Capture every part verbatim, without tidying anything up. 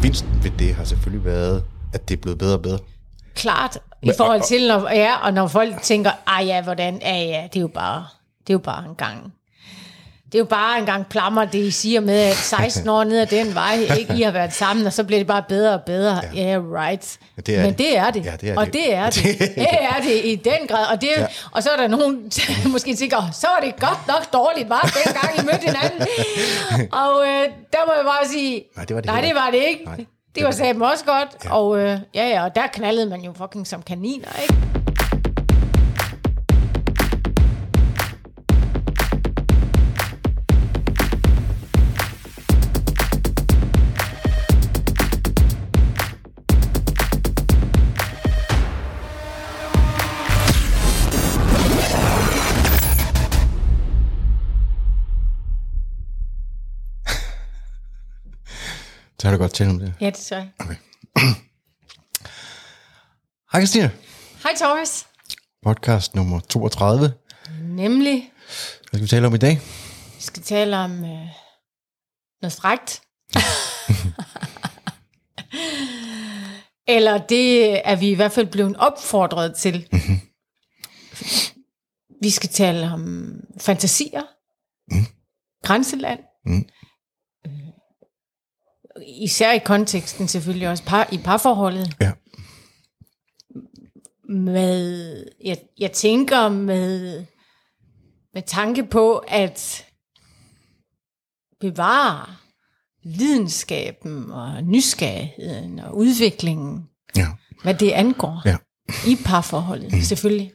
gevinsten ved det har selvfølgelig været, at det er blevet bedre og bedre. Klart, i forhold til, når, ja, og når folk tænker, ah ja, hvordan, ja ja, det er jo bare, det er jo bare en gang. Det er jo bare en gang plammer, det I siger med, at seksten år ned ad den vej, ikke I har været sammen, og så bliver det bare bedre og bedre. Ja, yeah, right. Ja, det Men det er det. Ja, det er og det. det er det. Det er det i den grad. Og, det, ja. og så er der nogen, der måske tænker, så var det godt nok dårligt, bare dengang I mødte hinanden. Og øh, der må jeg bare sige, nej, det var det, nej, det, var det ikke. Nej, det, det var satme også godt. Ja. Og øh, ja, ja, og der knaldede man jo fucking som kaniner, ikke? Så har du godt tale om det. Ja, det tror jeg. Okay. Hej Christine. Hej Thomas. Podcast nummer toogtredive. Nemlig. Hvad skal vi tale om i dag? Vi skal tale om øh, noget frækt. Eller det er vi i hvert fald blevet opfordret til. Mm-hmm. Vi skal tale om fantasier. Mm. Grænseland. Mm. Især i konteksten selvfølgelig også par, i parforholdet. Ja. Med, jeg, jeg tænker med, med tanke på at bevare lidenskaben og nysgerrigheden og udviklingen, ja. Hvad det angår, ja. I parforholdet, mm. selvfølgelig.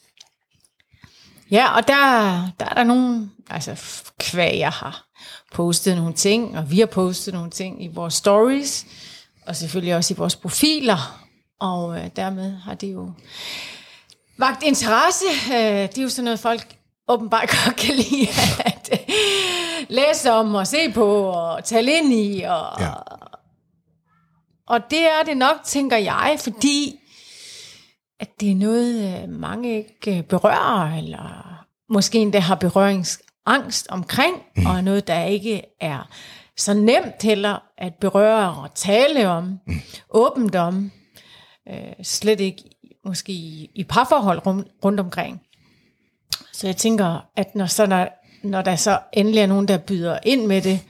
Ja, og der, der er der nogle, altså kvæg jeg har postet nogle ting, og vi har postet nogle ting i vores stories, og selvfølgelig også i vores profiler, og øh, dermed har det jo vakt interesse. Øh, det er jo sådan noget, folk åbenbart godt kan lide at øh, læse om og se på og tale ind i, og, ja. og det er det nok, tænker jeg, fordi at det er noget, øh, mange ikke berører, eller måske endda har berørings angst omkring, mm. og noget, der ikke er så nemt heller at berøre og tale om, mm. åbent om, øh, slet ikke måske i, i parforhold rundt, rundt omkring. Så jeg tænker, at når, så der, når der så endelig er nogen, der byder ind med det,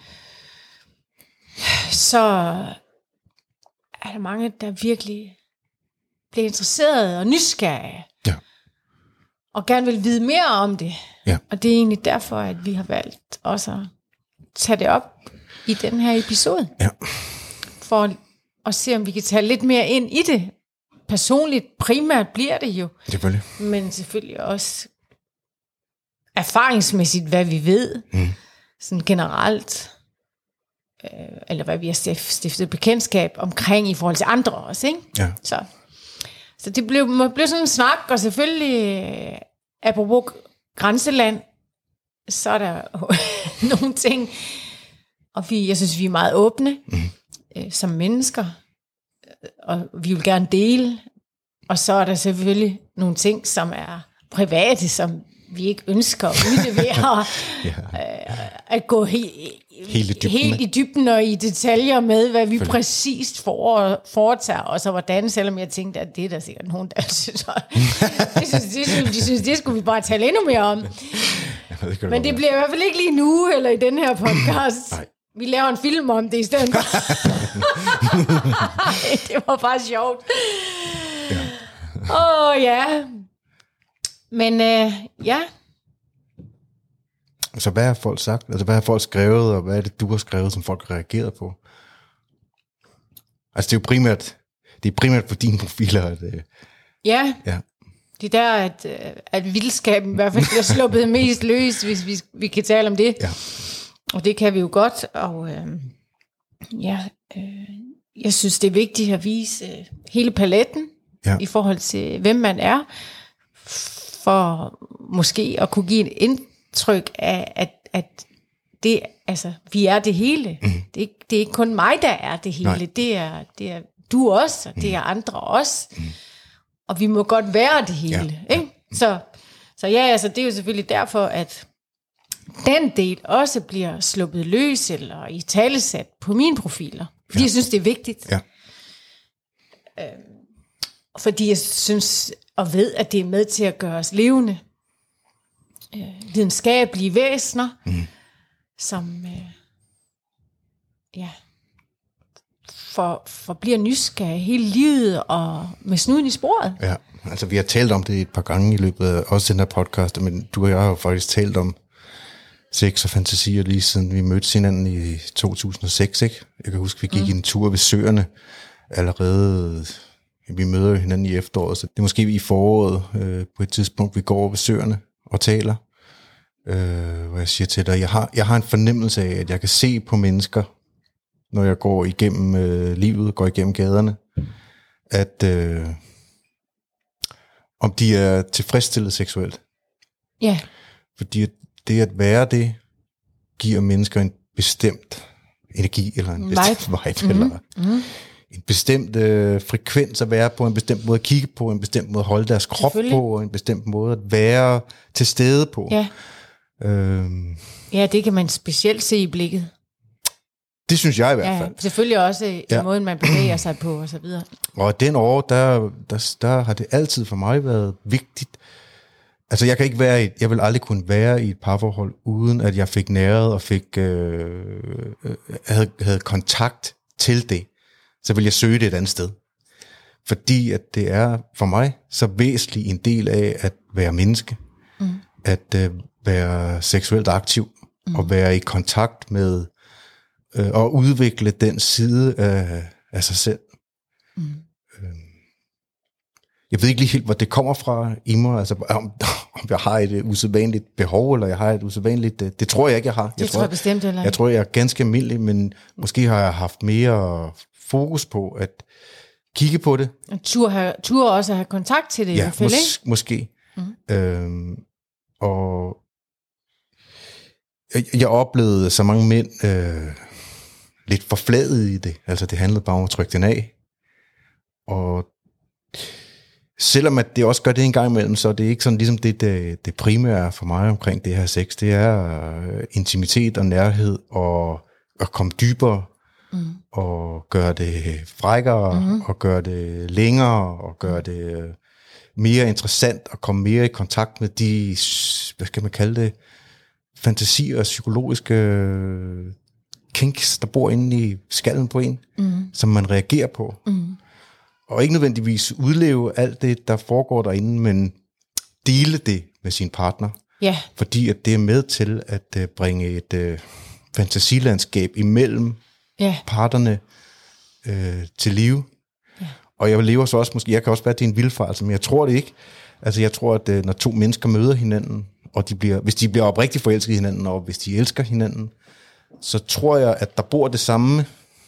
så er der mange, der virkelig bliver interesserede og nysgerrige, ja. Og gerne vil vide mere om det. Ja. Og det er egentlig derfor, at vi har valgt også at tage det op i den her episode. Ja. For at se, om vi kan tage lidt mere ind i det. Personligt primært bliver det jo. Selvfølgelig. Men selvfølgelig også erfaringsmæssigt, hvad vi ved. Mm. Sådan generelt. Øh, eller hvad vi har stiftet bekendtskab omkring i forhold til andre også. Ikke? Ja. Så, så det blev, må blive sådan en snak, og selvfølgelig apropos grænseland, så er der nogle ting, og vi, jeg synes, vi er meget åbne mm. øh, som mennesker, og vi vil gerne dele, og så er der selvfølgelig nogle ting, som er private, som vi ikke ønsker at udlevere, ja. øh, at gå he- helt, i dybden, helt i dybden og i detaljer med, hvad vi præcist for, foretager os, og hvordan, selvom jeg tænkte, at det er der sikkert nogen, der synes, de synes, de synes, de synes, det skulle vi bare tale endnu mere om. Ja, det Men det bliver i hvert fald ikke lige nu, eller i den her podcast. Nej. Vi laver en film om det i stedet for. Det var bare sjovt. Åh, ja. Oh, ja. Men øh, ja. Så hvad har folk sagt? Altså hvad har folk skrevet, og hvad er det, du har skrevet, som folk har reageret på? Altså det er jo primært, det er primært på dine profiler. At, øh, ja. ja, det er der, at, at vildskaben i hvert fald bliver sluppet mest løs, hvis vi, vi kan tale om det. Ja. Og det kan vi jo godt. Og øh, ja, øh, jeg synes, det er vigtigt at vise øh, hele paletten ja. I forhold til, hvem man er, for måske at kunne give et indtryk af, at, at det, altså, vi er det hele. Mm. Det, er ikke, det er ikke kun mig, der er det hele. Det er, det er du også, og det er andre også. Mm. Og vi må godt være det hele. Ja. Ikke? Så, så ja, altså, det er jo selvfølgelig derfor, at den del også bliver sluppet løs eller i talesat på mine profiler. Fordi ja. jeg synes, det er vigtigt. Ja. Øhm, fordi jeg synes og ved, at det er med til at gøre os levende. Øh, videnskabelige væsener, mm. som øh, ja, for, for bliver nysgerrige hele livet og med snuden i sporet. Ja, altså vi har talt om det et par gange i løbet af også den her podcast, men du og jeg har jo faktisk talt om sex og fantasier lige siden vi mødte hinanden i to tusind og seks, ikke? Jeg kan huske, vi gik mm. en tur ved søerne allerede. Vi møder hinanden i efteråret, så det er måske i foråret øh, på et tidspunkt, vi går over ved søerne og taler. Øh, hvor jeg siger til dig, jeg har, jeg har en fornemmelse af, at jeg kan se på mennesker, når jeg går igennem øh, livet, går igennem gaderne, at øh, om de er tilfredsstillet seksuelt. Ja. Fordi det at være det, giver mennesker en bestemt energi, eller en bestemt vibe, mm-hmm. eller mm-hmm. en bestemt øh, frekvens at være på, en bestemt måde at kigge på, en bestemt måde at holde deres krop på, og en bestemt måde at være til stede på. Ja. Øhm, ja, det kan man specielt se i blikket. Det synes jeg i hvert fald. Ja, selvfølgelig også i ja. måden, man bevæger sig på, og så videre. Og den år, der, der, der har det altid for mig været vigtigt. Altså, jeg kan ikke være i, jeg vil aldrig kunne være i et parforhold, uden at jeg fik næret og fik, øh, øh, havde, havde kontakt til det. Så vil jeg søge det et andet sted. Fordi at det er for mig så væsentlig en del af at være menneske. Mm. At øh, være seksuelt aktiv, mm. og være i kontakt med, øh, og udvikle den side af, af sig selv. Mm. Øh, jeg ved ikke lige helt, hvor det kommer fra i mig, altså om, om jeg har et usædvanligt behov, eller jeg har et usædvanligt, det, det tror jeg ikke, jeg har. Jeg det tror jeg bestemt, eller Jeg tror, jeg er ganske almindelig, men måske har jeg haft mere fokus på at kigge på det. Tur, have, tur også at have kontakt til det, ja, i hvert fald, mås- ikke? måske. Mm. Øhm, og jeg, jeg oplevede så mange mænd øh, lidt forfladet i det. Altså det handlede bare om at trykke den af. Og selvom at det også gør det en gang imellem, så er det ikke sådan ligesom det, det, det primære for mig omkring det her sex. Det er øh, intimitet og nærhed og at komme dybere. Mm. Og gøre det frækkere, mm. og gøre det længere, og gøre det mere interessant, og komme mere i kontakt med de, hvad skal man kalde det, fantasier og psykologiske kinks, der bor inde i skallen på en, mm. som man reagerer på. Mm. Og ikke nødvendigvis udleve alt det, der foregår derinde, men dele det med sin partner. Yeah. Fordi at det er med til at bringe et uh, fantasilandskab imellem yeah. parterne øh, til live. Yeah. Og jeg lever så også, måske, jeg kan også være, at det er en vildfarelse, men jeg tror det ikke. Altså jeg tror, at øh, når to mennesker møder hinanden, og de bliver, hvis de bliver oprigtigt forelsket i hinanden, og hvis de elsker hinanden, så tror jeg, at der bor det samme,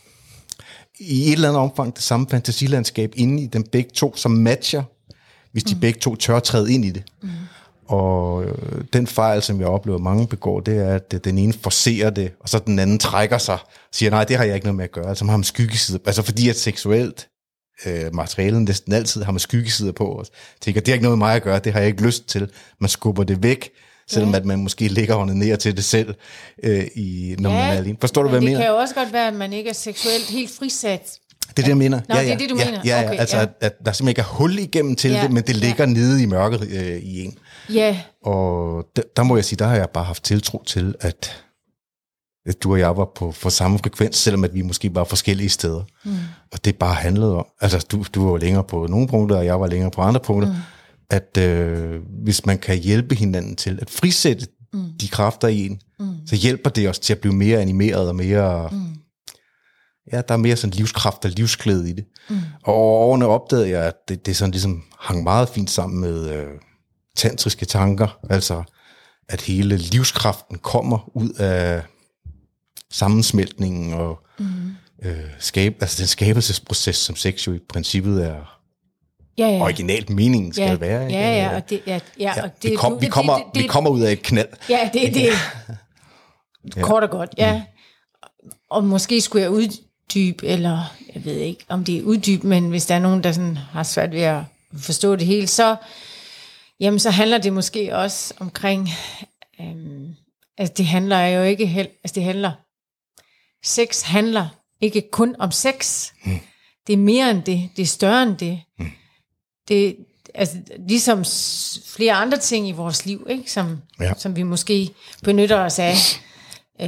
i et eller andet omfang, det samme fantasilandskab inde i dem begge to, som matcher, hvis de mm. begge to tør træde ind i det. Mm. Og øh, den fejl, som jeg oplever, mange begår, det er, at den ene forcerer det, og så den anden trækker sig, og siger, nej, det har jeg ikke noget med at gøre. Altså man har man skyggeside. Altså fordi at seksuelt øh, materiale næsten altid har man skyggesider på. Og tænker, det har ikke noget med mig at gøre, det har jeg ikke lyst til. Man skubber det væk, selvom ja. at man måske ligger hånden ned til det selv, øh, i, når ja, man er alene. Forstår du, hvad jeg mener? Det kan jo også godt være, at man ikke er seksuelt helt frisat. Det er det, jeg mener. Nå, ja, ja, det er det, du ja, mener. Ja, ja, okay, altså ja. At, at der simpelthen ikke er hul igennem til ja, det, men det ligger ja. nede i mørket øh, i en. Ja. Og der, der må jeg sige, der har jeg bare haft tiltro til, at, at du og jeg var på for samme frekvens, selvom at vi måske var forskellige steder. Mm. Og det bare handlede om, altså du, du var længere på nogle punkter, og jeg var længere på andre punkter, mm. at øh, hvis man kan hjælpe hinanden til at frisætte mm. de kræfter i en, mm. så hjælper det os til at blive mere animeret og mere... Mm. Ja, der er mere sådan livskraft og livsglæde i det. Mm. Og over årene opdagede jeg, at det, det sådan ligesom hang meget fint sammen med øh, tantriske tanker. Altså, at hele livskraften kommer ud af sammensmeltningen og mm. øh, skab, altså den skabelsesproces, som sex jo i princippet er ja, ja. originalt meningen skal ja. være. Ikke? Ja, ja, og det, ja, ja, ja, og det, vi, kom, du, vi, kommer, det, det, det, vi kommer ud af et knald. Ja, det er det. Ja. Kort og godt, ja. Mm. Og måske skulle jeg uddybe, eller jeg ved ikke, om det er uddybe, men hvis der er nogen, der sådan har svært ved at forstå det hele, så, jamen, så handler det måske også omkring, øhm, altså det handler jo ikke helt, altså det handler, sex handler ikke kun om sex. Mm. Det er mere end det. Det er større end det. Mm. Det altså ligesom flere andre ting i vores liv, ikke? Som, ja. som vi måske benytter os af. Øh,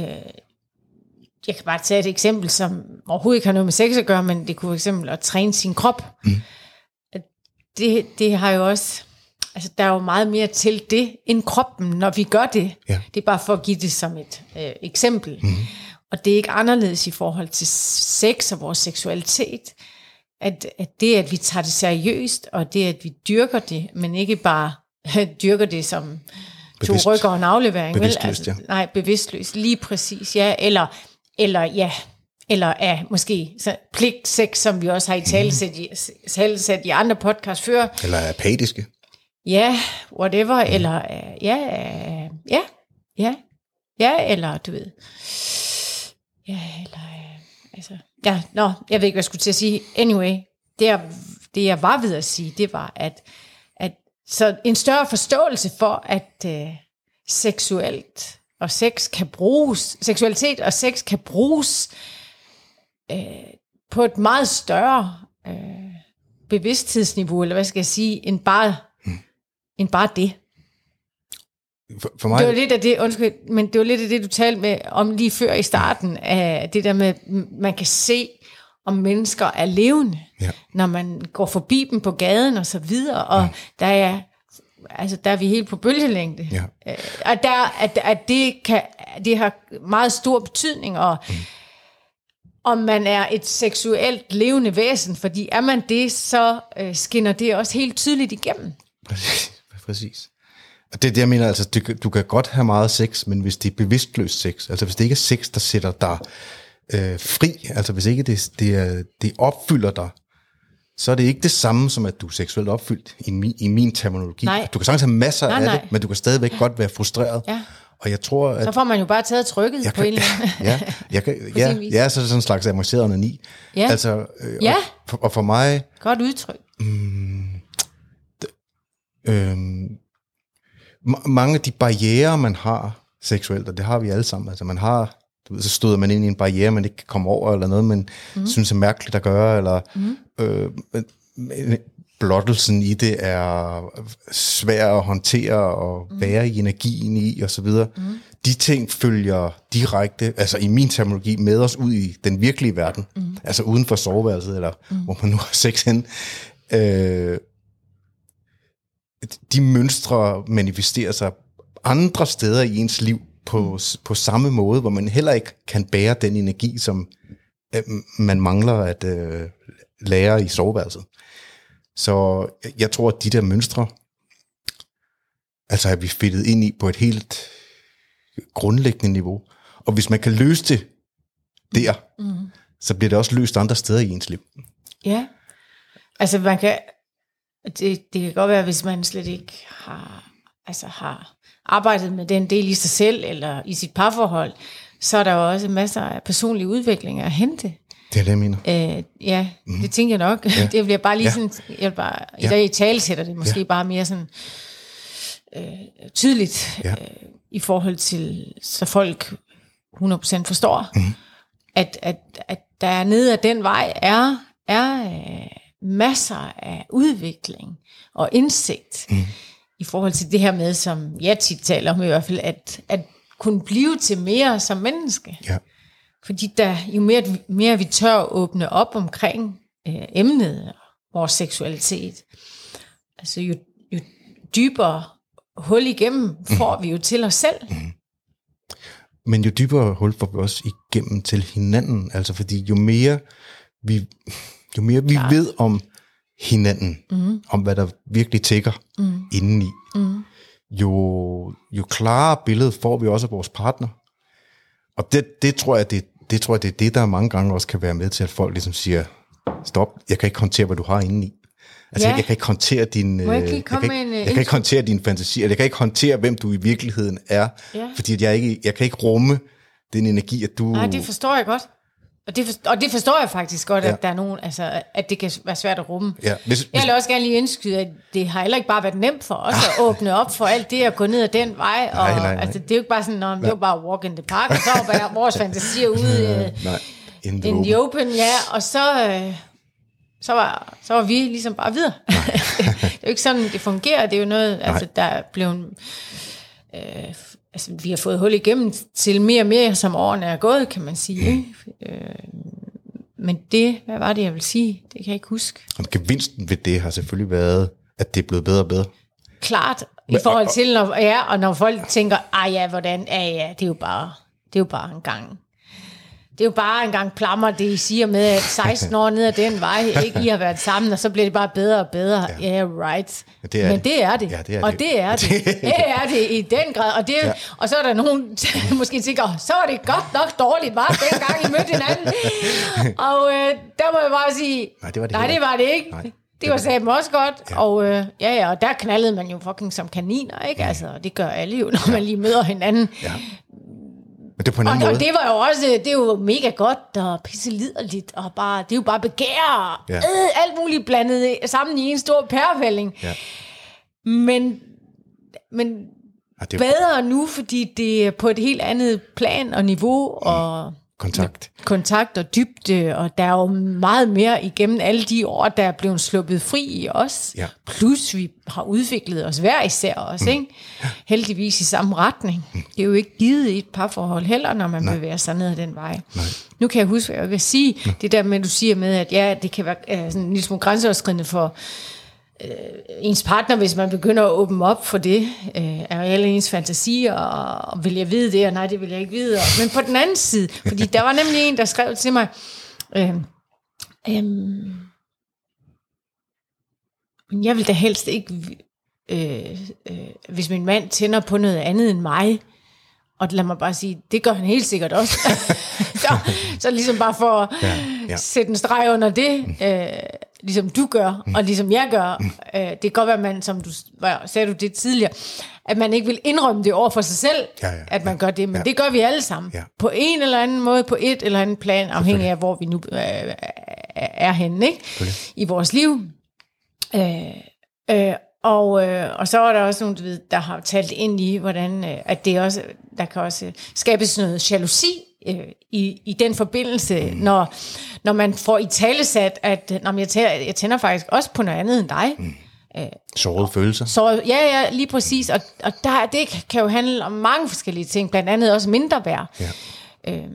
jeg kan bare tage et eksempel, som overhovedet ikke har noget med sex at gøre, men det kunne fx at træne sin krop. Mm. Det, det har jo også, altså der er jo meget mere til det end kroppen, når vi gør det. Ja. Det er bare for at give det som et øh, eksempel. Mm. Og det er ikke anderledes i forhold til sex og vores seksualitet. At, at det, at vi tager det seriøst, og det, at vi dyrker det, men ikke bare dyrker det som to rykker og en aflevering. Bevidstløst, vel? Altså, ja. Nej, bevidstløst, lige præcis, ja. Eller, eller ja, eller er ja, måske så pligtsex, som vi også har i talesæt i, talesæt i andre podcast før. Eller apatiske. Ja, whatever, mm. eller ja, ja, ja, ja, eller du ved, ja, eller altså, ja, nå, jeg ved ikke, hvad jeg skulle til at sige. Anyway, det jeg, det jeg var ved at sige, det var, at, at så en større forståelse for, at øh, seksuelt og sex kan bruges, seksualitet og sex kan bruges øh, på et meget større øh, bevidsthedsniveau, eller hvad skal jeg sige, end bare, hmm. end bare det. For, for mig... Det var lidt af det, undskyld, men det var lidt af det, du talte med om lige før i starten, af det der med, man kan se, om mennesker er levende, ja. Når man går forbi dem på gaden og så videre, og ja. der er, altså der er vi helt på bølgelængde. Ja. Og der, at, at det, kan, det har meget stor betydning, og mm. om man er et seksuelt levende væsen, fordi er man det, så øh, skinner det også helt tydeligt igennem. Præcis, præcis. Og det er det, jeg mener, altså, du, du kan godt have meget sex, men hvis det er bevidstløst sex, altså hvis det ikke er sex, der sætter dig øh, fri, altså hvis ikke det, det, er, det opfylder dig, så er det ikke det samme som, at du er seksuelt opfyldt i min, i min terminologi. Nej. Du kan sagtens have masser nej, af nej. det, men du kan stadigvæk ja. godt være frustreret. Ja. Og jeg tror, at... Så får man jo bare taget trykket på kan, en eller anden. ja, jeg kan, ja, ja, så er det sådan en slags avanceret onani. Ja. Altså, øh, ja. Og, for, og for mig... Godt udtryk. Mm, d, øh, mange af de barrierer, man har seksuelt, og det har vi alle sammen, altså man har, du ved, så støder man ind i en barriere, man ikke kan komme over, eller noget, man mm. synes er mærkeligt at gøre, eller mm. øh, blottelsen i det er svær at håndtere og mm. være i energien i, og så videre. Mm. De ting følger direkte, altså i min terminologi, med os ud i den virkelige verden, mm. altså uden for soveværelset, eller mm. hvor man nu har sex hen. Øh, de mønstre manifesterer sig andre steder i ens liv på, mm. på samme måde, hvor man heller ikke kan bære den energi, som øh, man mangler at øh, lære i soveværelset. Så jeg tror, at de der mønstre, altså er vi fedtet ind i på et helt grundlæggende niveau. Og hvis man kan løse det der, mm. så bliver det også løst andre steder i ens liv. Ja, altså man kan... Det, det kan godt være, hvis man slet ikke har, altså har arbejdet med den del i sig selv, eller i sit parforhold, så er der jo også masser af personlige udviklinger at hente. Det er det, jeg mener. Øh, ja, mm. det tænker jeg nok. Ja. Det bliver bare lige ja. sådan, jeg vil bare, i dag i tale sætter det måske ja. bare mere sådan øh, tydeligt, ja. øh, i forhold til, så folk hundrede procent forstår, mm. at, at, at der nede af den vej er, er øh, masser af udvikling og indsigt mm. i forhold til det her med, som jeg tit taler om i hvert fald, at, at kunne blive til mere som menneske. Ja. Fordi der, jo mere, mere vi tør at åbne op omkring øh, emnet, vores seksualitet, altså jo, jo dybere hul igennem får mm. vi jo til os selv. Mm. Men jo dybere hul får vi også igennem til hinanden, altså fordi jo mere vi... Jo mere vi ja. ved om hinanden, mm. om hvad der virkelig tækker mm. indeni, mm. jo, jo klarere billede får vi også af vores partner. Og det, det, tror jeg, det, det tror jeg, det er det, der mange gange også kan være med til, at folk ligesom siger, stop, jeg kan ikke håndtere, hvad du har indeni. Altså, ja. jeg kan ikke håndtere din, jeg, jeg, kan ikke, en, jeg kan ikke håndtere din fantasi, jeg kan ikke håndtere, hvem du i virkeligheden er, ja. fordi jeg, ikke, jeg kan ikke rumme den energi, at du... Nej, det forstår jeg godt. Og det, forstår, og det forstår jeg faktisk godt, ja. at der er nogen, altså, at det kan være svært at rumme. Ja, hvis, hvis, jeg vil også gerne lige indskyde, at det har heller ikke bare været nemt for os at åbne op for alt det, at gå ned ad den vej. Og, nej, nej, nej. Altså, det er jo ikke bare sådan, at det er jo bare walk in the park, og så var vores fantasier ude. Øh, In the, in open. the open, ja, og så, øh, så, var, så var vi ligesom bare videre. Det er jo ikke sådan, det fungerer, det er jo noget, Nej. altså der er blevet, øh, altså vi har fået hul igennem til mere og mere, som årene er gået, kan man sige. Mm. Øh, men det, hvad var det, jeg vil sige? Det kan jeg ikke huske. Og gevinsten ved det har selvfølgelig været, at det er blevet bedre og bedre. Klart, i forhold til, når, ja, og når folk tænker, ah ja, hvordan, ah ja, det er jo bare, det er jo bare en gang. Det er jo bare en gang plammer, det I siger med, at seksten år ned ad den vej, ikke I har været sammen, og så bliver det bare bedre og bedre. Ja, yeah, right. Ja, det er Men det. det er det. Ja, det er og det, det er det. Det er det i den grad. Og, det, ja. og så er der nogen, der måske tænker, så er det godt nok dårligt, var dengang I mødte hinanden. Og øh, der må jeg bare sige, nej, det var det, nej, det, var det ikke. Nej. Det var satme også godt, ja. og øh, ja, ja, og der knaldede man jo fucking som kaniner, ikke? Ja. Altså, det gør alle jo, når ja. man lige møder hinanden. Ja. Men det på en anden og, måde. og det var jo også, det er jo mega godt og pisseliderligt, og bare, det er jo bare begær, ja. øh, alt muligt blandet sammen i en stor pærevælling. Ja. Men, men ja, det bedre nu, fordi det er på et helt andet plan og niveau, og kontakt. kontakt og dybde, og der er jo meget mere igennem alle de år, der er blevet sluppet fri i os. Ja. Plus vi har udviklet os hver især også, mm. ikke? Heldigvis i samme retning. Mm. Det er jo ikke givet i et parforhold heller, når man Nej. bevæger sig ned ad den vej. Nej. Nu kan jeg huske, hvad jeg vil sige. Mm. Det der med, du siger med, at ja, det kan være uh, sådan en lille smule grænseoverskridende for uh, ens partner, hvis man begynder at åbne op for det, uh, er alle ens fantasier, og, og vil jeg vide det, og nej, det vil jeg ikke vide. Og, men på den anden side, fordi der var nemlig en, der skrev til mig, uh, um, jeg vil da helst ikke, øh, øh, hvis min mand tænder på noget andet end mig, og lad mig bare sige, det gør han helt sikkert også. så, så ligesom bare for at ja, ja. sætte en streg under det, øh, ligesom du gør, og ligesom jeg gør. Øh, det kan godt være, man, som du sagde du det tidligere, at man ikke vil indrømme det over for sig selv, ja, ja, at man ja, gør det, men ja. det gør vi alle sammen. Ja. På en eller anden måde, på et eller andet plan, afhængig af, hvor vi nu øh, er henne, ikke? I vores liv. Øh, øh, og, øh, og så er der også nogen, du ved, der har talt ind i, hvordan øh, at det også, der kan også skabes noget jalousi øh, i, i den forbindelse, mm. når, når man får i talesat, at når jeg, tænder, jeg tænder faktisk også på noget andet end dig. Mm. Øh, Sårede følelser. Så, ja, ja, lige præcis. Og, og der, det kan jo handle om mange forskellige ting, blandt andet også mindre værd. Ja. Øh,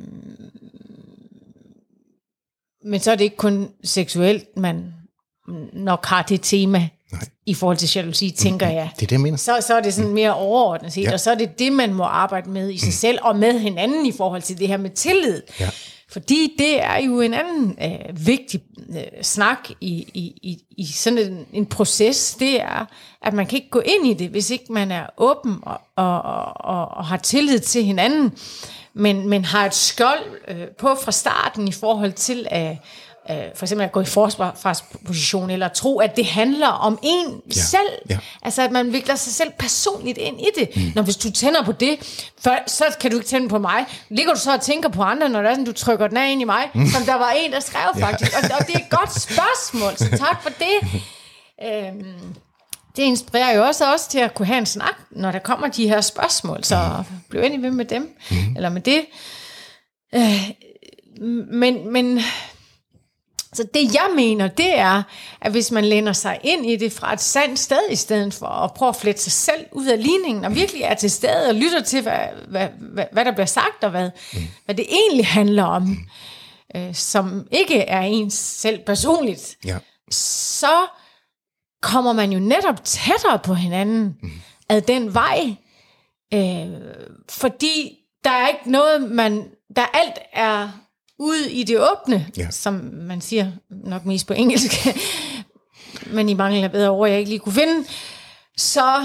men så er det ikke kun seksuelt, man nok har det tema. Nej. I forhold til jalousi, tænker jeg. Det er det, jeg mener. Så, så er det sådan mere overordnet set, ja. og så er det det, man må arbejde med i sig selv, og med hinanden i forhold til det her med tillid. Ja. Fordi det er jo en anden øh, vigtig øh, snak i, i, i, i sådan en, en proces, det er, at man kan ikke gå ind i det, hvis ikke man er åben og, og, og, og har tillid til hinanden, men, men har et skjold øh, på fra starten i forhold til at øh, for eksempel at gå i forsvarsposition, eller tro, at det handler om en ja, selv. Ja. Altså, at man vikler sig selv personligt ind i det. Mm. Når hvis du tænder på det, for, så kan du ikke tænde på mig. Ligger du så og tænker på andre, når der er sådan, du trykker den af ind i mig, mm. som der var en, der skrev faktisk. Ja. Og, og det er et godt spørgsmål, så tak for det. øhm, det inspirerer jo også os til at kunne have en snak, når der kommer de her spørgsmål. Så mm. bliv endelig ved med dem, mm. eller med det. Øh, men... men Så det jeg mener, det er, at hvis man læner sig ind i det fra et sandt sted, i stedet for at prøve at flette sig selv ud af ligningen, og virkelig er til stede og lytter til, hvad, hvad, hvad, hvad der bliver sagt, og hvad, mm. hvad det egentlig handler om, mm. øh, som ikke er ens selv personligt, ja. så kommer man jo netop tættere på hinanden mm. ad den vej, øh, fordi der er ikke noget, man, der alt er ude i det åbne, ja. som man siger nok mest på engelsk, men i mangel af bedre ord, jeg ikke lige kunne finde, så,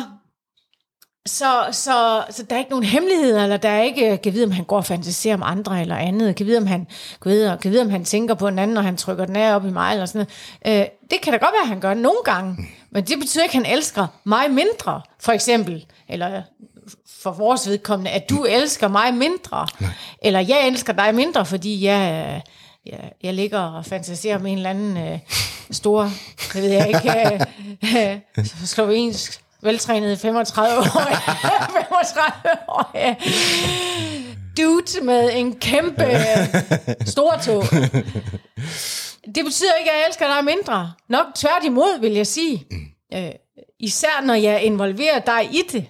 så, så, så der er ikke nogen hemmeligheder, eller der er ikke, kan vide, om han går og fantaserer om andre eller andet, kan vide, om han, kan vide, kan vide, om han tænker på en anden, når han trykker den af op i mig, eller sådan noget. Øh, det kan da godt være, at han gør nogle gange, mm. men det betyder ikke, at han elsker mig mindre, for eksempel, eller for vores vedkommende, at du elsker mig mindre, Nej. eller jeg elsker dig mindre, fordi jeg, jeg, jeg ligger og fantaserer med en eller anden øh, stor, det ved jeg ikke, øh, øh, slovensk, veltrænet femogtredive år, femogtredive år, ja. dude med en kæmpe stortog. Det betyder ikke, at jeg elsker dig mindre. Nok tværtimod, vil jeg sige. Mm. Øh, især når jeg involverer dig i det.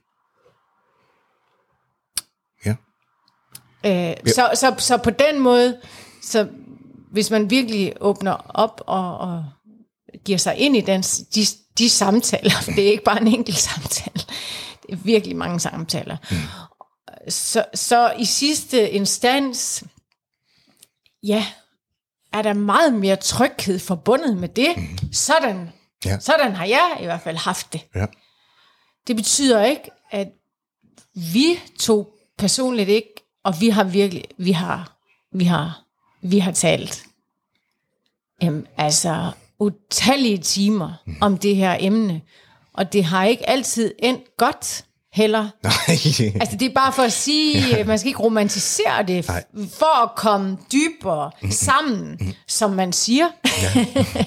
Ja. Øh, ja. Så, så, så på den måde, så hvis man virkelig åbner op og, og giver sig ind i den, de, de samtaler, for det er ikke bare en enkelt samtale, det er virkelig mange samtaler, mm. så, så i sidste instans, ja, er der meget mere tryghed forbundet med det. Mm. Sådan, ja. Sådan har jeg i hvert fald haft det. Ja. Det betyder ikke, at vi to personligt ikke, og vi har virkelig, vi har, vi har, vi har talt, øhm, altså utallige timer mm. om det her emne, og det har ikke altid endt godt heller. Nej. Altså det er bare for at sige, ja. Man skal ikke romantisere det, Nej. For at komme dybere mm. sammen, mm. som man siger. Ja.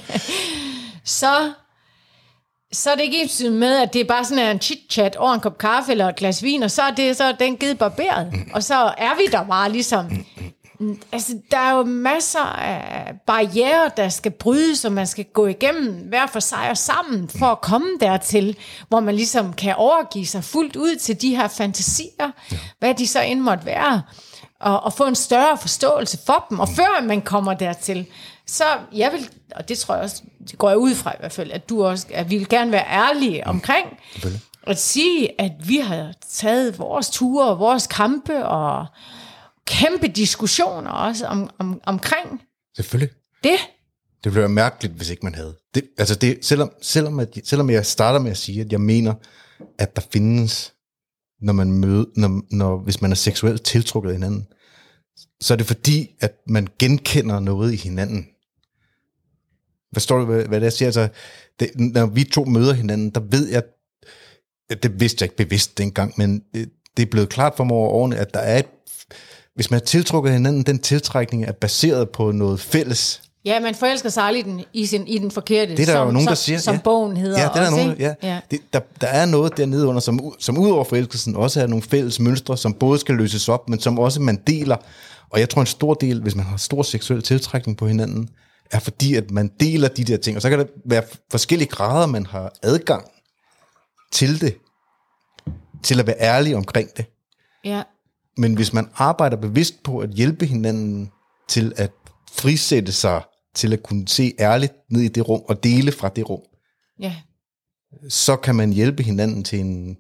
så, så er det ikke ens med, at det er bare sådan en chit-chat over en kop kaffe eller et glas vin, og så er, det, så er den givet barberet. Mm. Og så er vi der bare ligesom... Mm. Altså, der er jo masser af barrierer, der skal brydes, og man skal gå igennem hver for sig og sammen, for at komme dertil, hvor man ligesom kan overgive sig fuldt ud til de her fantasier, ja. Hvad de så end måtte være, og, og få en større forståelse for dem, og før man kommer dertil, så jeg vil, og det tror jeg også, det går jeg ud fra i hvert fald, at du også, at vi vil gerne være ærlige omkring, at sige, at vi har taget vores ture og vores kampe, og kæmpe diskussioner også om, om, omkring Selvfølgelig. Det. Det ville være mærkeligt, hvis ikke man havde. Det, altså det, selvom, selvom, at, selvom jeg starter med at sige, at jeg mener, at der findes, når man møder, når, når, hvis man er seksuelt tiltrukket af hinanden, så er det fordi, at man genkender noget i hinanden. Forstår du, hvad, hvad det jeg siger? Altså, det, når vi to møder hinanden, der ved jeg, det vidste jeg ikke bevidst dengang, men det, det er blevet klart for mig over årene, at der er et, hvis man er tiltrukket af hinanden, den tiltrækning er baseret på noget fælles. Ja, man forelsker sig aldrig den, i, sin, i den forkerte, det er der som, jo nogen, der som, siger, som ja. bogen hedder. Ja, det er der også, nogen, ja. ja. Det, der, der er noget dernede under, som, som ud over forelskelsen også er nogle fælles mønstre, som både skal løses op, men som også man deler. Og jeg tror en stor del, hvis man har stor seksuel tiltrækning på hinanden, er fordi, at man deler de der ting. Og så kan der være forskellige grader, man har adgang til det, til at være ærlig omkring det. Ja. Men hvis man arbejder bevidst på at hjælpe hinanden til at frisætte sig, til at kunne se ærligt ned i det rum, og dele fra det rum, ja. Så kan man hjælpe hinanden til en,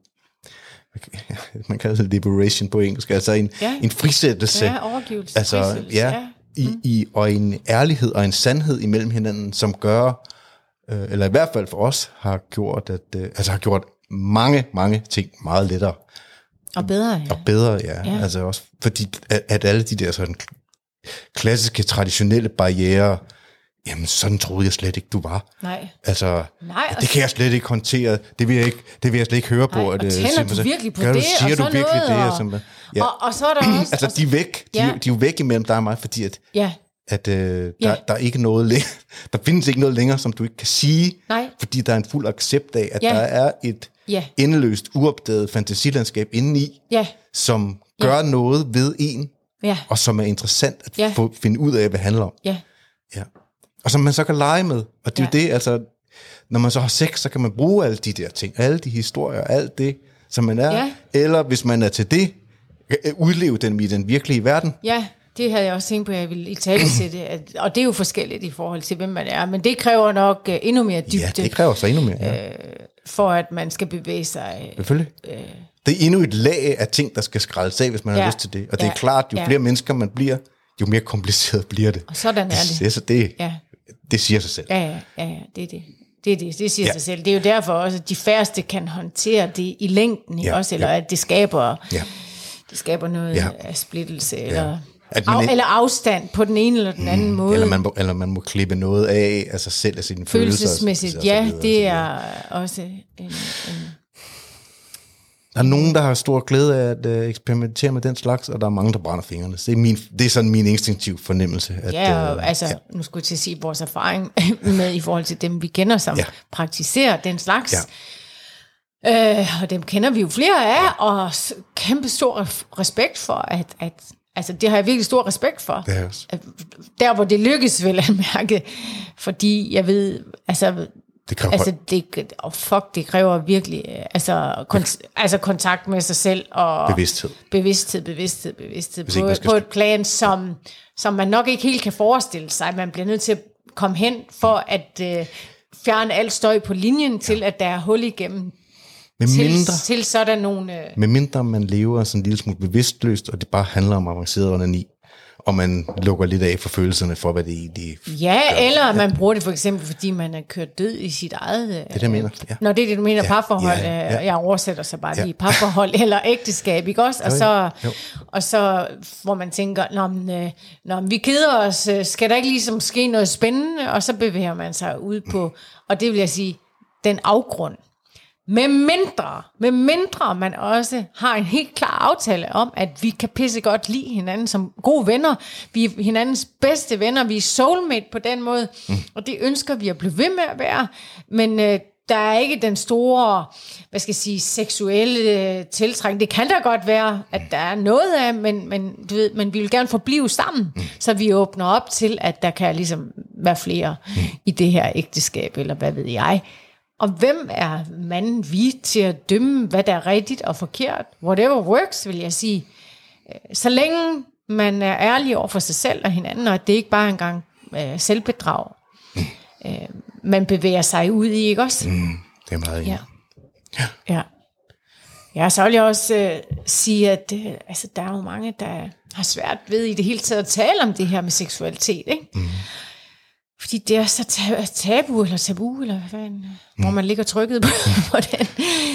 man kalder det liberation på engelsk, altså en, ja. en frisættelse. Ja, overgivelse. Altså, frisættelse. ja, ja. I, mm. i, og en ærlighed og en sandhed imellem hinanden, som gør, øh, eller i hvert fald for os, har gjort, at, øh, altså har gjort mange, mange ting meget lettere. Og bedre, ja. Og bedre, ja. ja. Altså også, fordi at, at alle de der sådan klassiske, traditionelle barrierer, jamen sådan troede jeg slet ikke, du var. Nej. Altså, Nej, det kan jeg slet ikke håndtere, det vil jeg, ikke, det vil jeg slet ikke høre på. Nej, at, og tænder simpelthen, du virkelig på gør det, du, siger og du sådan virkelig noget, det, og, som, ja. og, og så er der også... altså, de er væk, de, ja. de er jo væk imellem dig og mig, fordi at, ja. at øh, der, ja. der er ikke noget længere, der findes ikke noget længere, som du ikke kan sige, Nej. Fordi der er en fuld accept af, at ja. der er et ja. endeløst, uopdaget fantasilandskab indeni, ja. Som gør ja. noget ved en, ja. Og som er interessant at ja. få, finde ud af, hvad det handler om. Ja. Ja. Og som man så kan lege med. Og det er ja. jo det, altså, når man så har sex, så kan man bruge alle de der ting, alle de historier, alt det, som man er. Ja. Eller hvis man er til det, udleve den i den virkelige verden. Ja, det havde jeg også tænkt på, at jeg ville i tale sætte. At, og det er jo forskelligt i forhold til, hvem man er. Men det kræver nok uh, endnu mere dybde. Ja, det kræver så endnu mere, ja. øh, for at man skal bevæge sig. Selvfølgelig. Øh, det er endnu et lag af ting, der skal skrælles af, hvis man ja. har lyst til det. Og det ja. er klart, jo ja. flere mennesker man bliver, jo mere kompliceret bliver det. Og sådan er det. Det, så det, ja. det siger sig selv. Ja, ja, ja, ja, det er det. Det er det, det siger ja. sig selv. Det er jo derfor også, at de færreste kan håndtere det i længden, ja. også, eller ja. at det skaber, ja. det skaber noget ja. af splittelse, ja. eller, af, eller afstand på den ene eller den anden mm, måde. Eller man, må, eller man må klippe noget af af sig selv, af sine følelsesmæssigt, følelser. Ja, videre, det er også en... en der er nogen, der har stor glæde af at uh, eksperimentere med den slags, og der er mange, der brænder fingrene. Det er, min, det er sådan min instinktiv fornemmelse. At, ja, og, altså, ja. nu skulle jeg til at sige vores erfaring med i forhold til dem, vi kender, som ja. praktiserer den slags. Ja. Øh, og dem kender vi jo flere af, og kæmpe stor respekt for, at, at altså det har jeg virkelig stor respekt for. Det er også. Der, hvor det lykkes, vil jeg mærke, fordi jeg ved, altså, det kræver, altså det, oh fuck, det kræver virkelig, altså, kont- altså kontakt med sig selv, og bevidsthed, bevidsthed, bevidsthed, bevidsthed, på, på et plan, som, som man nok ikke helt kan forestille sig. Man bliver nødt til at komme hen, for at øh, fjerne alt støj på linjen, til at der er hul igennem. Med til, mindre, til sådan nogle... Øh... Med mindre man lever sådan en lille smule bevidstløst, og det bare handler om avanceret onani, og man lukker lidt af for følelserne for, hvad det egentlig Ja, gør. Eller ja. Man bruger det for eksempel, fordi man er kørt død i sit eget... Det er det, jeg mener. Ja. Når det er det, du mener, ja. Parforhold. Ja, ja. Jeg oversætter så bare ja. lige parforhold eller ægteskab, ikke også? Og så, og så hvor man tænker, Nå, men, når vi keder os, skal der ikke ligesom ske noget spændende? Og så bevæger man sig ud på, og det vil jeg sige, den afgrund. Med mindre, med mindre man også har en helt klar aftale om, at vi kan pisse godt lide hinanden som gode venner. Vi er hinandens bedste venner, vi er soulmate på den måde, mm. og det ønsker vi at blive ved med at være. Men øh, der er ikke den store, hvad skal jeg sige, seksuelle øh, tiltrækning. Det kan da godt være, at der er noget af, men, men, du ved, men vi vil gerne forblive sammen, mm. så vi åbner op til, at der kan ligesom være flere mm. i det her ægteskab, eller hvad ved jeg. Og hvem er manden vi til at dømme, hvad der er rigtigt og forkert? Whatever works, vil jeg sige. Så længe man er ærlig over for sig selv og hinanden, og at det ikke bare engang øh, selvbedrag, øh, man bevæger sig ud i, ikke også? Mm, det er meget ja. ja. Ja. Ja, så vil jeg også øh, sige, at øh, altså, der er jo mange, der har svært ved i det hele taget at tale om det her med seksualitet, ikke? Mm. Fordi det er så tabu, eller tabu, eller hvad fanden, mm. hvor man ligger trykket på, på den.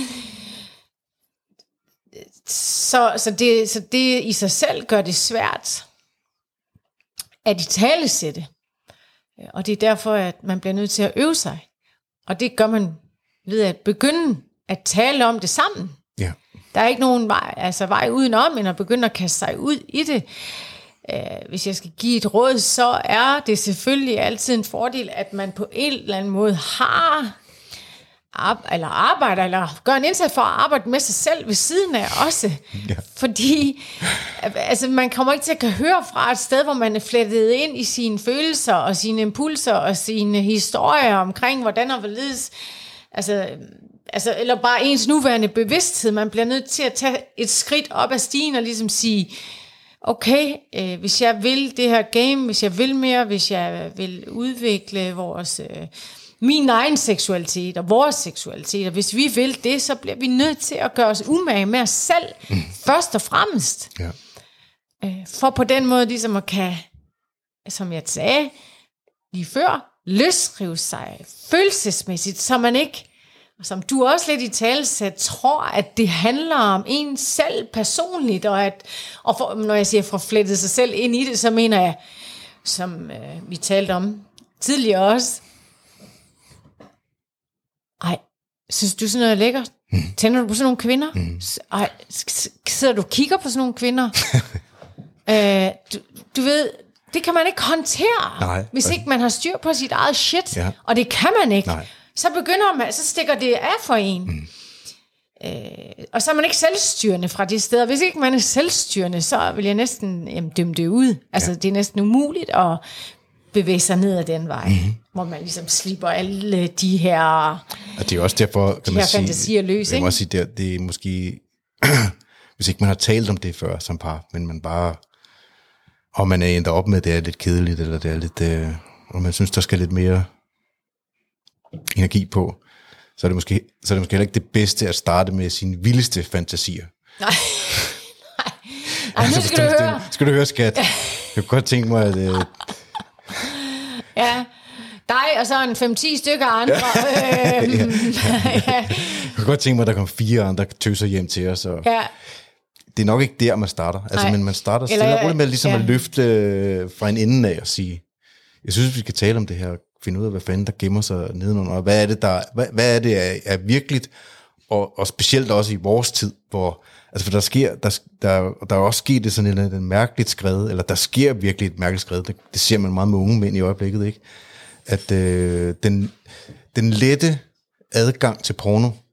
Så, så, det, så det i sig selv gør det svært at italesætte. Og det er derfor, at man bliver nødt til at øve sig. Og det gør man ved at begynde at tale om det sammen. Ja. Der er ikke nogen vej, altså vej udenom, end at begynde at kaste sig ud i det. Uh, hvis jeg skal give et råd, så er det selvfølgelig altid en fordel, at man på en eller anden måde har ar- eller arbejder, eller gør en indsats for at arbejde med sig selv ved siden af også. Ja. Fordi altså, man kommer ikke til at kan høre fra et sted, hvor man er flettet ind i sine følelser og sine impulser og sine historier omkring, hvordan og hvorledes, altså, altså, eller bare ens nuværende bevidsthed. Man bliver nødt til at tage et skridt op ad stigen og ligesom sige, okay, øh, hvis jeg vil det her game, hvis jeg vil mere, hvis jeg vil udvikle vores, øh, min egen seksualitet og vores seksualitet, og hvis vi vil det, så bliver vi nødt til at gøre os umage med os selv, mm. først og fremmest. Ja. Øh, for på den måde ligesom at kan, som jeg sagde lige før, løsrive sig følelsesmæssigt, så man ikke, og som du også lidt i talesæt, tror, at det handler om en selv personligt, og, at, og for, når jeg siger forflettet sig selv ind i det, så mener jeg, som øh, vi talte om tidligere også, ej, synes du sådan noget er lækkert? Mm. Tænder du på sådan nogle kvinder? Mm. Ej, sidder du og kigger på sådan nogle kvinder? øh, du, du ved, det kan man ikke håndtere, Nej. hvis ikke man har styr på sit eget shit, ja. og det kan man ikke. Nej. Så begynder man, så stikker det af for en. Mm. Øh, og så er man ikke selvstyrende fra det sted. Og hvis ikke man er selvstyrende, så vil jeg næsten jamen, dømme det ud. Altså, ja. Det er næsten umuligt at bevæge sig ned ad den vej, mm. hvor man ligesom slipper alle de her, og det er også derfor, kan de man her sige, fantasier løs. Jeg må også sige, det er, det er måske, hvis ikke man har talt om det før som par, men man bare, og man er endda op med, at det er lidt kedeligt, eller det er lidt, øh, og man synes, der skal lidt mere energi på, så er det måske, så er det måske heller ikke det bedste at starte med sine vildeste fantasier. Nej, nej. Ej, nu skal du høre. Skal du høre, skat? Jeg kunne godt tænke mig, at... Øh... Ja, dig og så en fem ti stykker andre. Ja. øhm, ja. Jeg kunne godt tænke mig, at der kom fire andre tøser hjem til os. Og... Ja. Det er nok ikke der, man starter. Altså, men man starter stille og roligt med ligesom ja. at løfte øh, fra en ende af og sige, jeg synes, vi skal tale om det her, finde ud af, hvad fanden der gemmer sig nedenunder, og hvad er det, der, hvad, hvad er, det er, er virkeligt, og, og specielt også i vores tid, hvor, altså for der sker, der, der, der er også sket det sådan et, et mærkeligt skred, eller der sker virkelig et mærkeligt skred, det, det ser man meget med unge mænd i øjeblikket, ikke? At øh, den, den lette adgang til porno,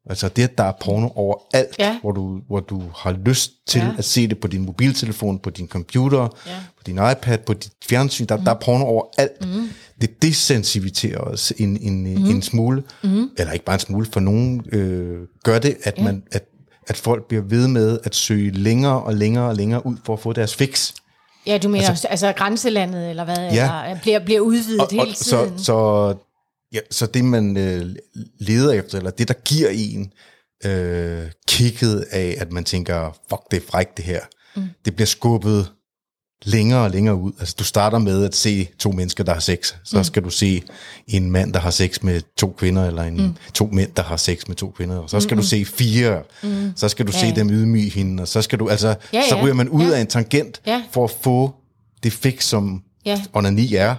Altså det, at der er porno overalt, ja. hvor, du, hvor du har lyst til ja. at se det på din mobiltelefon, på din computer, ja. på din iPad, på dit fjernsyn. Der, mm. der er porno overalt. Mm. Det desensitiverer os en, en, mm. en smule, mm. eller ikke bare en smule, for nogen øh, gør det, at, ja. man, at, at folk bliver ved med at søge længere og længere og længere ud for at få deres fix. Ja, du mener altså, altså grænselandet, eller hvad? Ja. Eller bliver, bliver udvidet og, hele tiden. Så, så, ja, så det, man øh, leder efter, eller det, der giver en øh, kigget af, at man tænker, fuck, det er frækt det her. Mm. Det bliver skubbet længere og længere ud. Altså, du starter med at se to mennesker, der har sex. Så mm. skal du se en mand, der har sex med to kvinder, eller en, mm. to mænd, der har sex med to kvinder. Og så skal mm-hmm. du se fire. Mm. Så skal du ja, se ja. dem ydmyge hende. Og så skal du, altså, ja, ja. så ryger man ud ja. af en tangent, ja. for at få det fix, som ja. onani er.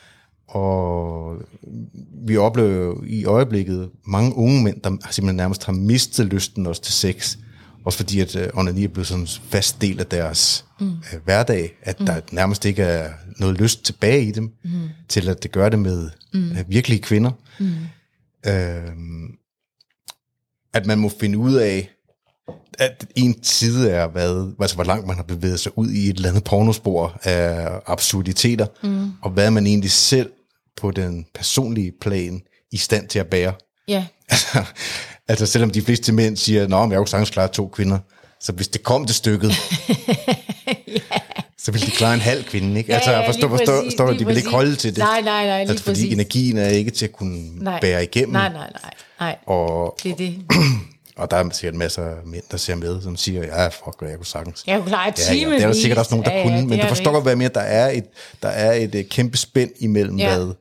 Og vi oplever i øjeblikket mange unge mænd, der simpelthen nærmest har mistet lysten også til sex. Også fordi, at uh, onani er blevet sådan en fast del af deres mm. uh, hverdag, at mm. der nærmest ikke er noget lyst tilbage i dem, mm. til at det gør det med mm. uh, virkelige kvinder. Mm. Uh, at man må finde ud af, at en side er, hvad, altså hvor langt man har bevæget sig ud i et eller andet pornospor af absurditeter, mm. og hvad man egentlig selv på den personlige plan i stand til at bære. Ja. Altså, altså selvom de fleste mænd siger, nå, men jeg er jo sagtens klare to kvinder, så hvis det kom til stykket, ja. så ville de klare en halv kvinde, ikke? Ja, altså, ja, forstår, forstår, præcis, forstår de vil ikke holde til det. Nej, nej, nej, lige altså, fordi præcis. energien er ikke til at kunne nej. bære igennem. Nej, nej, nej, nej. Og, det er det. Og der er sikkert masser af mænd, der ser med, som siger, ja, fuck, jeg kunne sagtens. Jeg kunne klare et time. Ja, ja. Der er sikkert også nogen, der ja, ja, kunne, men du forstår godt, hvad mere, der er et, der er et, et kæmpe spænd imellem, ja. hvad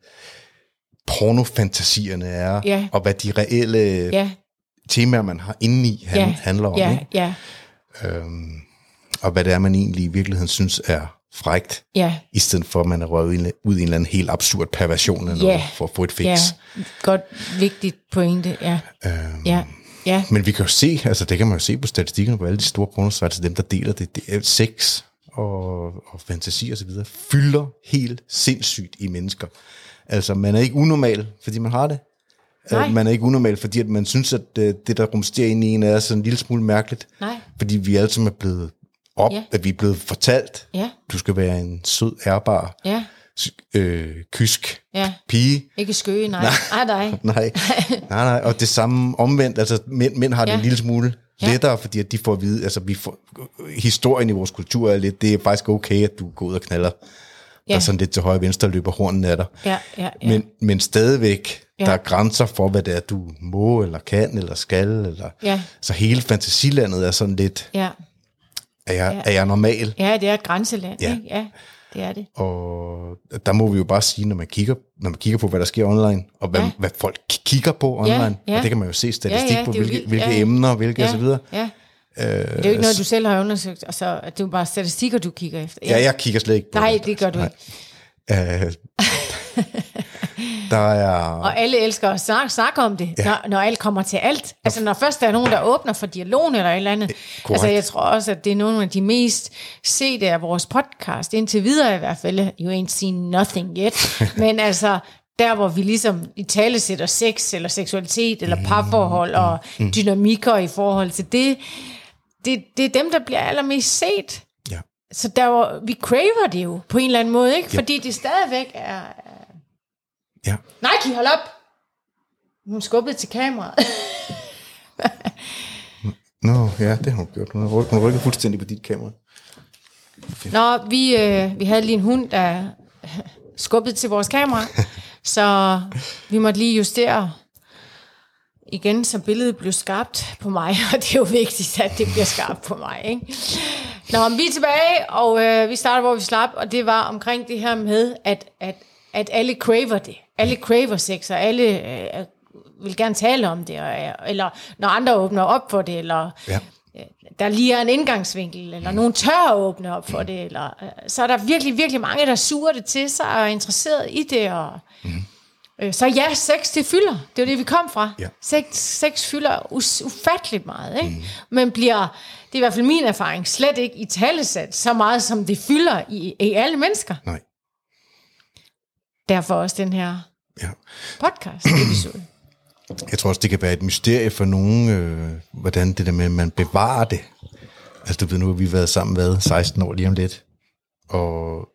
pornofantasierne er, ja. og hvad de reelle ja. temaer, man har indeni, han, ja. handler om. Ja, ikke? ja. Øhm, og hvad det er, man egentlig i virkeligheden synes er frækt, ja. i stedet for, at man er røget ud i en eller anden helt absurd perversion af noget, ja. for at få et fix. Ja, godt, vigtigt pointe, ja. Øhm, ja. Ja. Men vi kan jo se, altså det kan man jo se på statistikkerne på alle de store pornosites, dem der deler det, det er sex og, og fantasi og så videre, fylder helt sindssygt i mennesker. Altså man er ikke unormal, fordi man har det. Nej. Man er ikke unormal, fordi at man synes, at det der rumsterer ind i en er sådan en lille smule mærkeligt. Nej. Fordi vi alle sammen er blevet op, ja. at vi er blevet fortalt, ja. du skal være en sød, ærbar, ja. øh, kysk ja. pige. Ikke skøge, nej. Nej, nej. nej. nej, nej. Og det samme omvendt, altså mænd, mænd har det ja. en lille smule ja. lettere, fordi at de får at vide, altså vi får, historien i vores kultur er lidt, det er faktisk okay, at du går ud og knaller. Ja. Der er sådan lidt til højre og venstre, løber hornen af dig. Ja, ja, ja. Men, men stadigvæk, ja. der er grænser for, hvad det er, du må, eller kan, eller skal. Eller, ja. Så hele fantasilandet er sådan lidt, ja. er, jeg, ja. er jeg normal? Ja, det er et grænseland, ja. ikke? Ja, det er det. Og der må vi jo bare sige, når man kigger, når man kigger på, hvad der sker online, og hvad, ja. hvad folk kigger på online, ja, ja. og det kan man jo se statistik ja, ja, på, hvilke, vildt, hvilke ja, ja. emner, hvilke ja, og så videre. Ja. Det er jo ikke noget, du selv har undersøgt, og så det er jo bare statistikker, du kigger efter. Ja, ja jeg kigger slet ikke på Nej, det. det gør du Nej. ikke. Uh, der er... Og alle elsker at snakke, snakke om det, ja. når, når alt kommer til alt. Altså når først der er nogen, der åbner for dialogen eller et eller andet. Korrekt. Altså jeg tror også, at det er nogle af de mest sete af vores podcast, indtil videre i hvert fald. You ain't seen nothing yet. Men altså... Der, hvor vi ligesom i tale sætter sex, eller seksualitet, eller parforhold, og dynamikker i forhold til det, det, det er dem, der bliver allermest set. Ja. Så der var, vi craver det jo, på en eller anden måde, ikke? Fordi det stadigvæk er... Ja. Nike, hold op! Hun skubbede til kameraet. Nå, ja, det har hun gjort. Hun har rykket fuldstændig på dit kamera. Okay. Nå, vi, øh, vi havde lige en hund, der skubbede til vores kamera. Så vi måtte lige justere igen, så billedet blev skarpt på mig, og det er jo vigtigt, at det bliver skarpt på mig, ikke? Nå, vi er tilbage, og øh, vi starter, hvor vi slap, og det var omkring det her med, at, at, at alle craver det. Alle craver sex, og alle øh, vil gerne tale om det, og, eller når andre åbner op for det, eller... Ja. Der lige er en indgangsvinkel, eller nogen tør at åbne op for det, eller, så er der virkelig, virkelig mange, der suger det til sig, og er interesseret i det, og, mm. øh, så ja, sex, det fylder, det er det, vi kom fra, ja. sex, sex fylder us- ufatteligt meget, ikke? Mm. Men bliver, det er i hvert fald min erfaring, slet ikke i talesat, så meget som det fylder i, i alle mennesker. Nej. Derfor også den her ja. podcast-episode. Jeg tror også, det kan være et mysterie for nogen, øh, hvordan det der med, at man bevarer det. Altså du ved, nu har vi været sammen med seksten år lige om lidt, og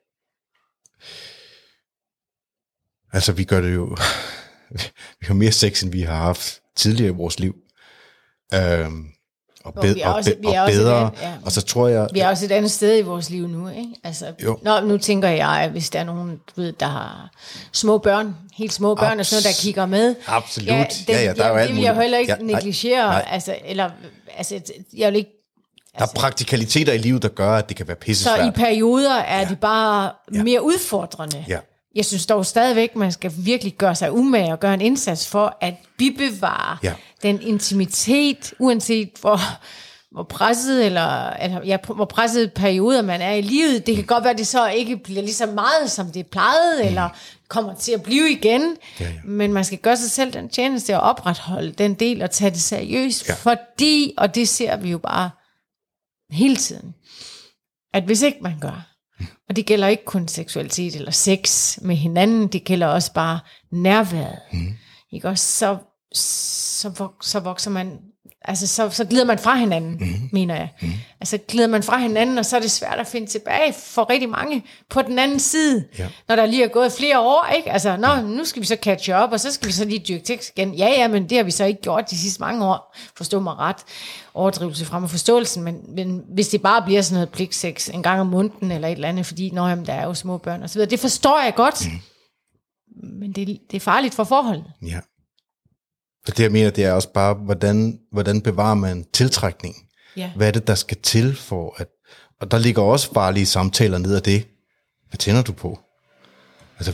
altså vi gør det jo, vi har mere sex, end vi har haft tidligere i vores liv. Øhm, og, bed- og, også, be- og bedre, andet, ja. Og så tror jeg... Vi er også et andet sted i vores liv nu, ikke? Altså, nå, nu tænker jeg, at hvis der er nogen, du ved, der har små børn, helt små børn, Abs- og sådan der kigger med. Absolut, ja, det, ja, ja, der er jo alt det vil jeg heller ikke ja, negligere, nej, nej. altså, eller, altså, jeg vil ikke... Altså, der er praktikaliteter i livet, der gør, at det kan være pissesvært. Så i perioder er ja. de bare ja. mere udfordrende. Ja. Jeg synes dog stadigvæk, man skal virkelig gøre sig umage og gøre en indsats for at bibevare ja. den intimitet, uanset hvor, hvor presset eller, eller ja, hvor presset perioder man er i livet. Det kan godt være, at det så ikke bliver lige så meget, som det plejede, mm. eller kommer til at blive igen. Ja, ja. Men man skal gøre sig selv den tjeneste at opretholde den del og tage det seriøst. Ja. Fordi, og det ser vi jo bare hele tiden, at hvis ikke man gør, og det gælder ikke kun seksualitet eller sex med hinanden, det gælder også bare nærværet. Mm. Ikke også? Så, så, så vokser man, altså så, så glider man fra hinanden, mm. mener jeg. Mm. Altså glider man fra hinanden, og så er det svært at finde tilbage for rigtig mange på den anden side, ja. når der lige er gået flere år, ikke? Altså, nå, nu skal vi så catch up, og så skal vi så lige dyrke tekst igen. Ja, ja, men det har vi så ikke gjort de sidste mange år. Forstå mig ret. Overdrivelse frem af forståelsen, men, men hvis det bare bliver sådan noget pligtsex en gang om måneden, eller et eller andet, fordi nå, jamen, der er jo små børn og så videre, det forstår jeg godt, mm. men det, det er farligt for forholdet. Ja. Og det jeg mener, det er også bare, hvordan, hvordan bevarer man tiltrækning? Ja. Hvad er det, der skal til for at... Og der ligger også farlige samtaler ned af det. Hvad tænder du på? Altså...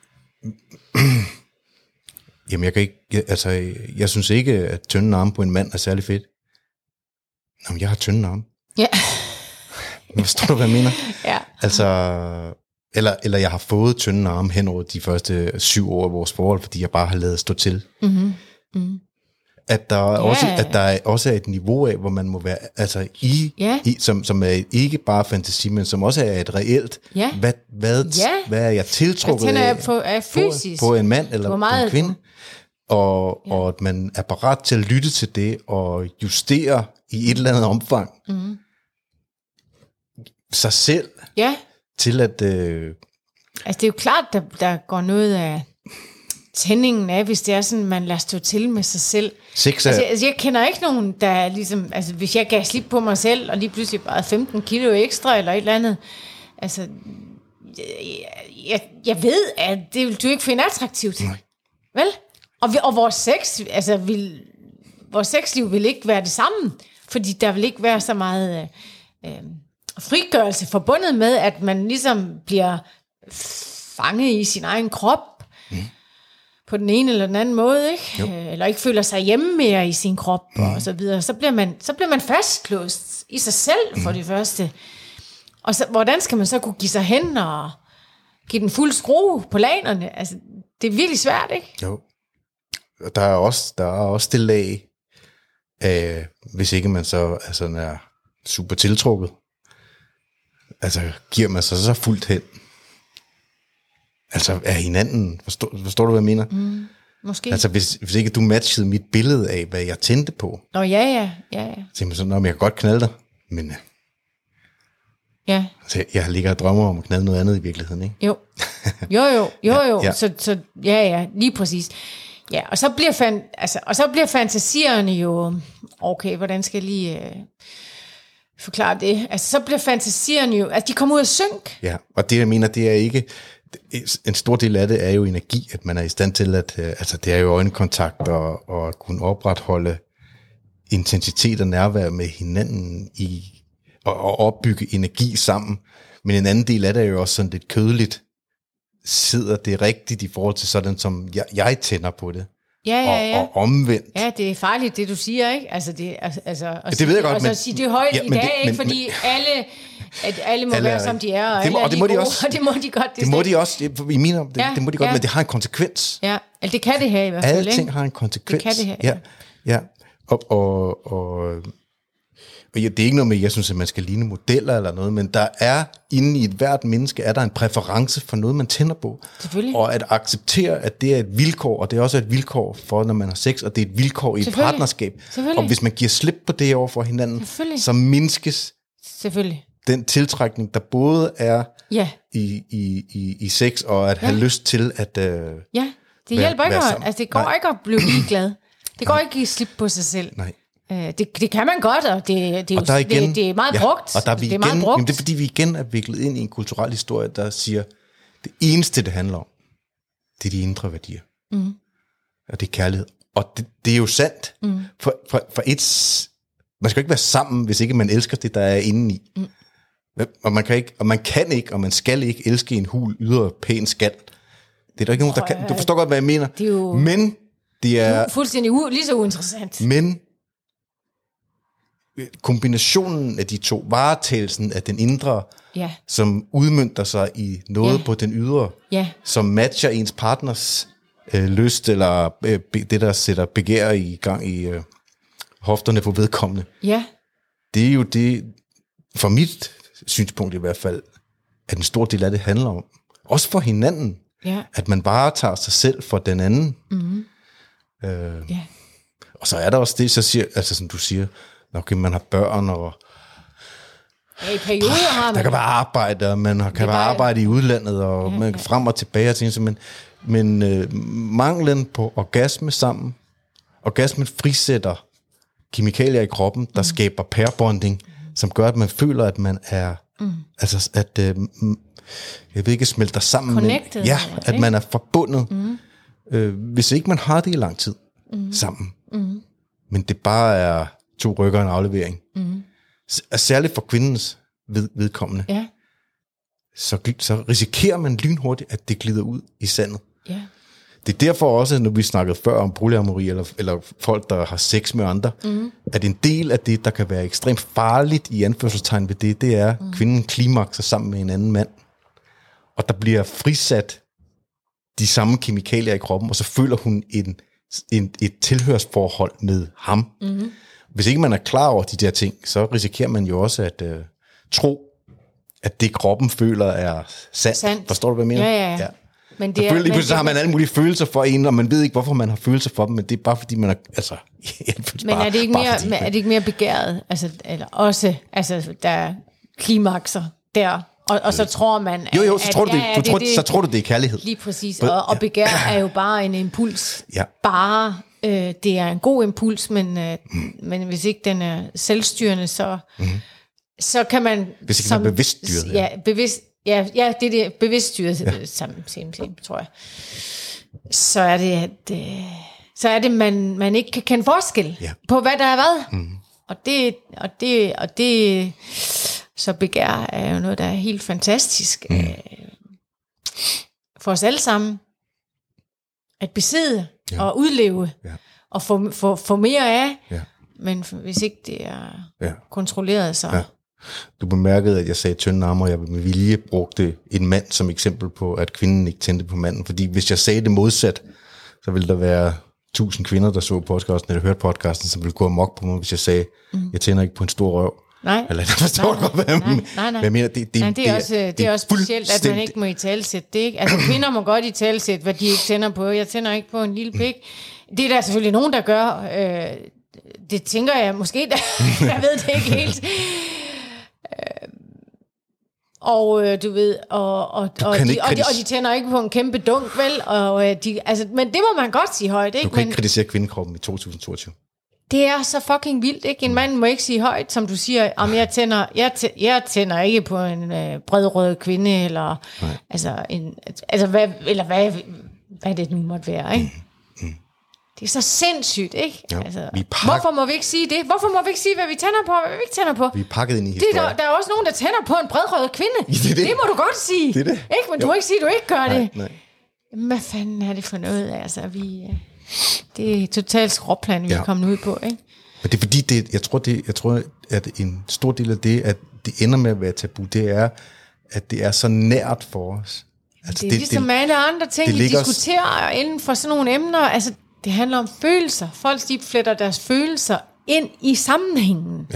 Jamen, jeg kan ikke... Altså, jeg synes ikke, at tynde arme på en mand er særlig fedt. Jamen, jeg har tynde arme. Ja. Forstår du, hvad jeg mener? Ja. Altså... Eller, eller jeg har fået tynde arme hen over de første syv år af vores forhold, fordi jeg bare har ladet stå til. Mhm. Mm. At der yeah. også at der også er et niveau af, hvor man må være altså i, yeah. i som som er ikke bare fantasi, men som også er et reelt. Yeah. Hvad hvad yeah. hvad er jeg tiltrukket af? Jeg på, er fysisk. På, på en mand eller på en kvinde, og yeah. og at man er parat til at lytte til det og justere i et eller andet omfang mm. sig selv yeah. til at. Øh, altså det er jo klart, der der går noget af tændingen af, hvis det er sådan, man lader stå til med sig selv. Sex er... altså, altså, jeg kender ikke nogen, der ligesom, altså hvis jeg gav slip på mig selv, og lige pludselig bare femten kilo ekstra, eller et eller andet, altså, jeg, jeg, jeg ved, at det vil du ikke finde attraktivt. Nej. Vel? Og, vi, og vores sex, altså, vil, vores sexliv vil ikke være det samme, fordi der vil ikke være så meget øh, øh, frigørelse forbundet med, at man ligesom bliver fanget i sin egen krop, mm. på den ene eller den anden måde, ikke? Jo. Eller ikke føler sig hjemme mere i sin krop, mm. og så videre, så bliver man, så bliver man fastlåst i sig selv, for mm. det første. Og så, hvordan skal man så kunne give sig hen og give den fuld skrue på lanerne? Altså, det er virkelig svært, ikke? Jo. Der er også, der er også det lag af, hvis ikke man så altså, er super tiltrukket, altså giver man sig så fuldt hen. Altså er hinanden, forstår, forstår du, hvad jeg mener? Mm, måske. Altså hvis, hvis ikke du matchede mit billede af, hvad jeg tændte på. Nå ja, ja, ja, ja. Så man sådan, nå, men jeg kan godt knalde dig, men ja. Altså, jeg ligger og drømmer om at knalde noget andet i virkeligheden, ikke? Jo, jo, jo, jo, jo. Ja, ja. Så, så ja, ja, lige præcis. Ja, og så bliver, fan, altså, og så bliver fantasierne jo, okay, hvordan skal jeg lige øh, forklare det? Altså så bliver fantasierne jo, altså de kommer ud af synk. Ja, og det jeg mener, det er ikke... En stor del af det er jo energi, at man er i stand til at, altså det er jo øjenkontakt og, og at kunne opretholde intensitet og nærvær med hinanden i, og, og opbygge energi sammen. Men en anden del af det er jo også sådan lidt kødeligt. Sidder det rigtigt i forhold til sådan, som jeg, jeg tænder på det? Ja, ja, ja. Og, og omvendt. Ja, det er farligt, det du siger, ikke? Altså, det, altså, ja, det ved jeg godt, men... Og så sige det højt ja, i dag, det, ikke? Men, fordi men, alle... At alle må alle, være, som de er, og, det må, alle og det må de også. Og det må de godt. Det, det må de også. I mine det, ja, det må de godt, ja. Men det har en konsekvens. Ja, altså det kan det have i hvert fald. Alle ting har en konsekvens. Det kan det have, ja. Ja, ja. Og, og, og og ja, det er ikke noget med, jeg synes, at man skal ligne modeller eller noget, men der er inde i et hvert menneske, er der en præference for noget, man tænder på. Og at acceptere, at det er et vilkår, og det er også et vilkår for, når man har sex, og det er et vilkår i et partnerskab. Og hvis man giver slip på det over for hinanden, så mindskes den tiltrækning, der både er ja. i, i, i, i sex, og at ja. have lyst til at øh, ja, det hjælper ikke. Altså, det går Nej. ikke at blive ligeglad. Det går ikke at give slip på sig selv. Nej. Det, det kan man godt, og det, det, er, jo, igen, det, det er meget ja, brugt. Og der er vi det, er igen, meget brugt. Jamen det er fordi, vi igen er viklet ind i en kulturel historie, der siger, det eneste, det handler om, det er de indre værdier. Mm. Og det er kærlighed. Og det, det er jo sandt. Mm. For, for, for et, man skal ikke være sammen, hvis ikke man elsker det, der er inde i. Mm. Og, man kan ikke, og man kan ikke, og man skal ikke elske en hul, ydre, pæn skal. Det er der ikke nogen, der kan. Du forstår godt, hvad jeg mener. Det er jo, men det er... er fuldstændig u, lige så uinteressant. Men kombinationen af de to, varetagelsen af den indre, ja. som udmønter sig i noget ja. på den ydre, ja. som matcher ens partners øh, lyst, eller øh, det, der sætter begær i gang i øh, hofterne på vedkommende. Ja. Det er jo det, for mit synspunkt i hvert fald, at en stor del af det handler om. Også for hinanden. Ja. At man bare tager sig selv for den anden. Mm-hmm. Øh, ja. Og så er der også det, så siger, altså som du siger, okay, man har børn, og ja, i perioder har man. Der kan være arbejde, og man kan være arbejde i udlandet, og ja, man kan ja. frem og tilbage og ting, men, men øh, manglen på orgasme sammen, orgasmen frisætter kemikalier i kroppen, der mm. skaber pairbonding, mm. som gør, at man føler, at man er, mm. altså at, øh, jeg ved ikke, smelter sammen. Connected. Men, ja, at man er forbundet. Mm. Øh, hvis ikke man har det i lang tid mm. sammen, mm. men det bare er to rykker og en aflevering. Mm. Særligt for kvindens ved, vedkommende. Ja. Så, så risikerer man lynhurtigt, at det glider ud i sandet. Ja. Det er derfor også, når vi snakkede før om polyamori, eller, eller folk, der har sex med andre, mm. at en del af det, der kan være ekstremt farligt i anførselstegn ved det, det er, mm. kvinden klimakser sammen med en anden mand. Og der bliver frisat de samme kemikalier i kroppen, og så føler hun en, en, et tilhørsforhold med ham. Mm. Hvis ikke man er klar over de der ting, så risikerer man jo også at øh, tro, at det kroppen føler er sandt. sandt. Forstår du, hvad jeg mener? Ja, ja, ja. ja. Men det Selvfølgelig, er, men så har man alle mulige følelser for en, og man ved ikke, hvorfor man har følelser for dem, men det er bare fordi, man er... Altså, men bare, er, det ikke mere, fordi, er det ikke mere begæret? Altså, eller også, altså, der er klimakser der, og, og så tror man... Jo, jo, så, at, tror, du, det, ja, du det, tror, det, så tror du, det er kærlighed. Lige præcis, og, og begær er jo bare en impuls. Ja. Bare... Øh, det er en god impuls, men, øh, mm. men hvis ikke den er selvstyrende, så, mm. så kan man... Hvis ikke som, den er bevidststyret. Ja, bevidst, ja, ja, det er det bevidststyret ja. sammen, sammen, sammen, tror jeg. Så er det, at, øh, så er det, man, man ikke kan kende forskel ja. på, hvad der er hvad. Mm. Og det, og det, og det, så begær er jo noget, der er helt fantastisk mm. øh, for os alle sammen. At besidde ja. og udleve, ja. og få, få, få mere af, ja. men hvis ikke det er ja. kontrolleret, så... Ja. Du bemærkede, at jeg sagde tynde arme, og jeg med vilje brugte en mand som eksempel på, at kvinden ikke tændte på manden, fordi hvis jeg sagde det modsat, så ville der være tusind kvinder, der så podcasten, eller hørte podcasten, som ville gå amok på mig, hvis jeg sagde, mm. jeg tænder ikke på en stor røv. Nej, eller, forstår nej, godt, hvad nej, nej, nej. Jeg mener, det, det, nej, det er også, det, det er også specielt, at man ikke må i talsætte det, ikke? Altså, kvinder må godt i talsætte, hvad de ikke tænder på. Jeg tænder ikke på en lille pik. Det er der selvfølgelig nogen, der gør. Øh, det tænker jeg måske, der, jeg ved det ikke helt. Øh, og øh, du ved, og, og, du og, de, og, de, og de tænder ikke på en kæmpe dunk, vel? Og, øh, de, altså, men det må man godt sige højt, ikke? Du kan men, ikke kritisere kvindekroppen i to tusind toogtyve. Det er så fucking vildt, ikke? En mand må ikke sige højt, som du siger, om jeg tænder, jeg, tænder, jeg tænder ikke på en øh, bredrød kvinde, eller, altså, en, altså hvad, eller hvad, hvad det nu måtte være, ikke? Mm. Mm. Det er så sindssygt, ikke? Ja, altså, vi pak- hvorfor må vi ikke sige det? Hvorfor må vi ikke sige, hvad vi tænder på, og hvad vi ikke tænder på? Vi er pakket ind i historien. Det er der, der er også nogen, der tænder på en bredrød kvinde. Ja, det, det. det må du godt sige. Det er det. Ikke? Men jo. Du må ikke sige, at du ikke gør nej, det. Nej. Hvad fanden er det for noget? Altså, vi, det er totalt skråplan, vi ja. er kommet ud på, ikke? Men det er fordi, det, jeg, tror, det, jeg tror, at en stor del af det, at det ender med at være tabu, det er, at det er så nært for os. Altså, det er det, ligesom det, med alle andre ting, vi diskuterer os inden for sådan nogle emner. Altså, det handler om følelser. Folk de fletter deres følelser ind i sammenhængen. Ja.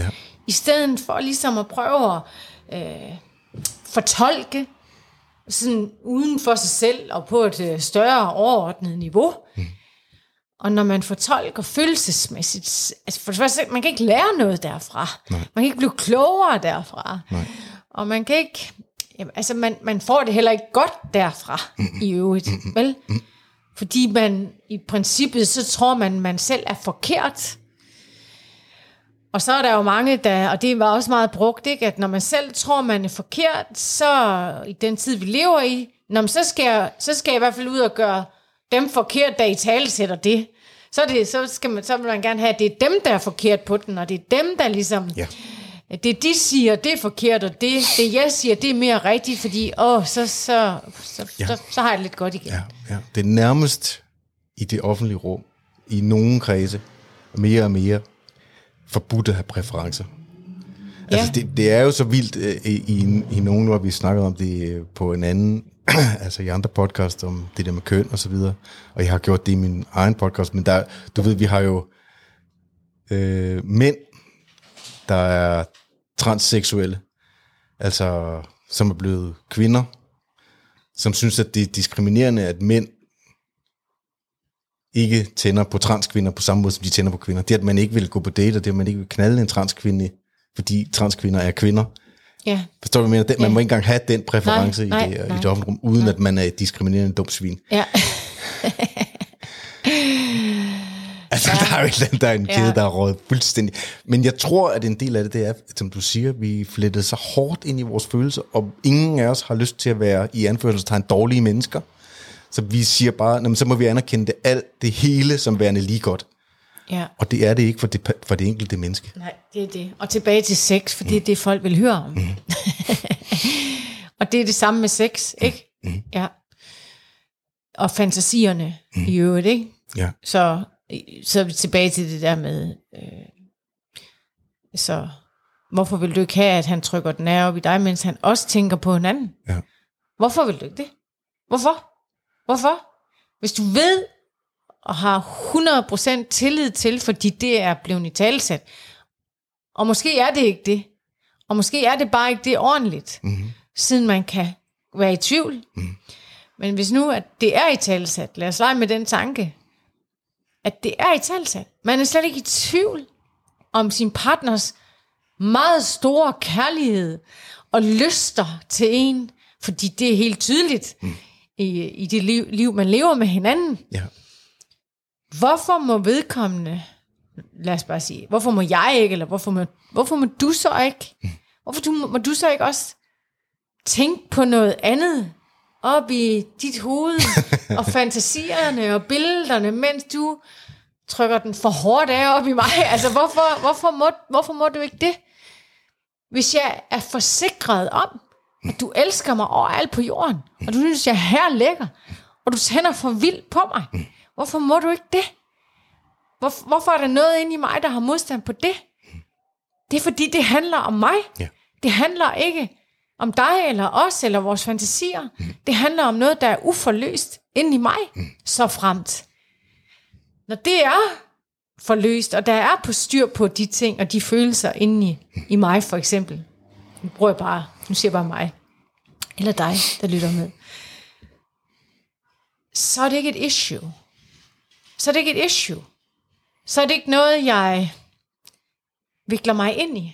I stedet for ligesom at prøve at øh, fortolke sådan uden for sig selv og på et øh, større overordnet niveau. Mm. Og når man fortolker følelsesmæssigt, altså for det første, man kan ikke lære noget derfra. Nej. Man kan ikke blive klogere derfra. Nej. Og man kan ikke, jamen, altså man, man får det heller ikke godt derfra mm. i øvrigt, mm. vel? Mm. Fordi man i princippet, så tror man, man selv er forkert. Og så er der jo mange, der, og det var også meget brugt, ikke? At når man selv tror, man er forkert, så i den tid, vi lever i, når man, så, skal jeg, så skal jeg i hvert fald ud og gøre dem forkert, der i tale sætter det. Så, det, så, skal man, så vil man gerne have, at det er dem, der er forkert på den, og det er dem, der ligesom... Ja. Det de siger, det er forkert, og det, det jeg siger, det er mere rigtigt, fordi åh, så, så, så, ja. så, så har jeg det lidt godt igen. Ja, ja. Det er nærmest i det offentlige rum, i nogle kredse, mere og mere forbudt at have præferencer. Ja. Altså det, det er jo så vildt øh, i, i, i nogen, hvor vi snakker om det på en anden, altså i andre podcast om det der med køn og så videre, og jeg har gjort det i min egen podcast, men der, du ved, vi har jo øh, mænd, der er transseksuelle, altså som er blevet kvinder, som synes, at det er diskriminerende, at mænd ikke tænder på transkvinder på samme måde, som de tænder på kvinder. Det, at man ikke vil gå på date, og det, at man ikke vil knalde en transkvinde, fordi transkvinder er kvinder. Ja. Forstår du, hvad jeg mener? Man ja. må ikke engang have den præference nej, i, det, nej, i det offentlige rum, uden nej. at man er et diskriminerende dumt svin. Ja. Altså, ja. der er jo et eller andet, der er en kæde, ja. der er rådet fuldstændig. Men jeg tror, at en del af det, det er, som du siger, vi flettede så hårdt ind i vores følelser, og ingen af os har lyst til at være i anførselstegn dårlige mennesker. Så vi siger bare, så må vi anerkende det alt, det hele, som værende lige godt. Ja. Og det er det ikke for det, for det enkelte menneske. Nej, det er det. Og tilbage til sex, for det er mm. det, folk vil høre om. Mm. Og det er det samme med sex, ikke? Mm. Ja. Og fantasierne mm. i øvrigt, ikke? Ja. Så, så er vi tilbage til det der med, øh, så hvorfor vil du ikke have, at han trykker den af op i dig, mens han også tænker på en anden? Ja. Hvorfor vil du ikke det? Hvorfor? Hvorfor? Hvis du ved, og har hundrede procent tillid til, fordi det er blevet i talesat, og måske er det ikke det, og måske er det bare ikke det ordentligt, mm-hmm. siden man kan være i tvivl. Mm. Men hvis nu, at det er i talesat, lad os lege med den tanke, at det er i talesat. Man er slet ikke i tvivl om sin partners meget store kærlighed og lyster til en, fordi det er helt tydeligt mm. i, i det liv, liv, man lever med hinanden. Ja. Hvorfor må vedkommende, lad os bare sige, hvorfor må jeg ikke, eller hvorfor må, hvorfor må du så ikke? Mm. Hvorfor du, må du så ikke også tænke på noget andet op i dit hoved, og fantasierne og billederne, mens du trykker den for hårdt af op i mig? Altså, hvorfor, hvorfor, må, hvorfor må du ikke det? Hvis jeg er forsikret om, at du elsker mig overalt på jorden, og du synes, jeg er her lækker, og du tænder for vildt på mig, hvorfor må du ikke det? Hvor, hvorfor er der noget inde i mig, der har modstand på det? Det er fordi, det handler om mig. Ja. Det handler ikke om dig, eller os, eller vores fantasier. Mm. Det handler om noget, der er uforløst inde i mig, mm. så fremt. Når det er forløst, og der er på styr på de ting, og de følelser inde i, mm. i mig, for eksempel. Nu bruger jeg bare, nu siger jeg bare mig, eller dig, der lytter med. Så er det ikke et issue. Så er det ikke et issue. Så er det ikke noget, jeg vikler mig ind i.